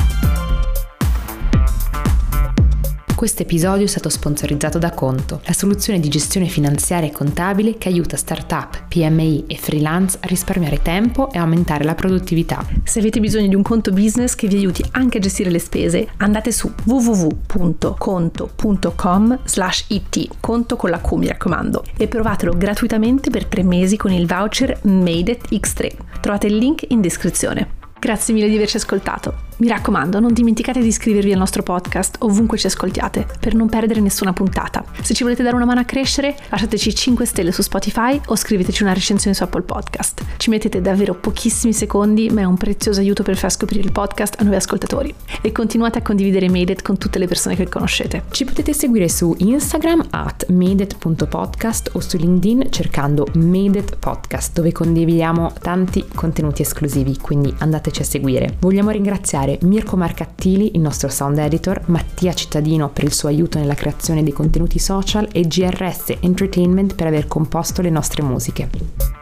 Questo episodio è stato sponsorizzato da Conto, la soluzione di gestione finanziaria e contabile che aiuta startup, P M I e freelance a risparmiare tempo e aumentare la produttività. Se avete bisogno di un conto business che vi aiuti anche a gestire le spese, andate su w w w punto conto punto com slash it, conto con la Q, mi raccomando, e provatelo gratuitamente per tre mesi con il voucher Made It X tre. Trovate il link in descrizione. Grazie mille di averci ascoltato. Mi raccomando, non dimenticate di iscrivervi al nostro podcast ovunque ci ascoltiate per non perdere nessuna puntata. Se ci volete dare una mano a crescere, lasciateci cinque stelle su Spotify o scriveteci una recensione su Apple Podcast. Ci mettete davvero pochissimi secondi, ma è un prezioso aiuto per far scoprire il podcast a nuovi ascoltatori. E continuate a condividere Made It con tutte le persone che conoscete. Ci potete seguire su Instagram at madeit punto podcast o su LinkedIn cercando Made It Podcast, dove condividiamo tanti contenuti esclusivi, quindi andateci a seguire. Vogliamo ringraziare Mirko Marcattili, il nostro sound editor, Mattia Cittadino per il suo aiuto nella creazione dei contenuti social e G R S Entertainment per aver composto le nostre musiche.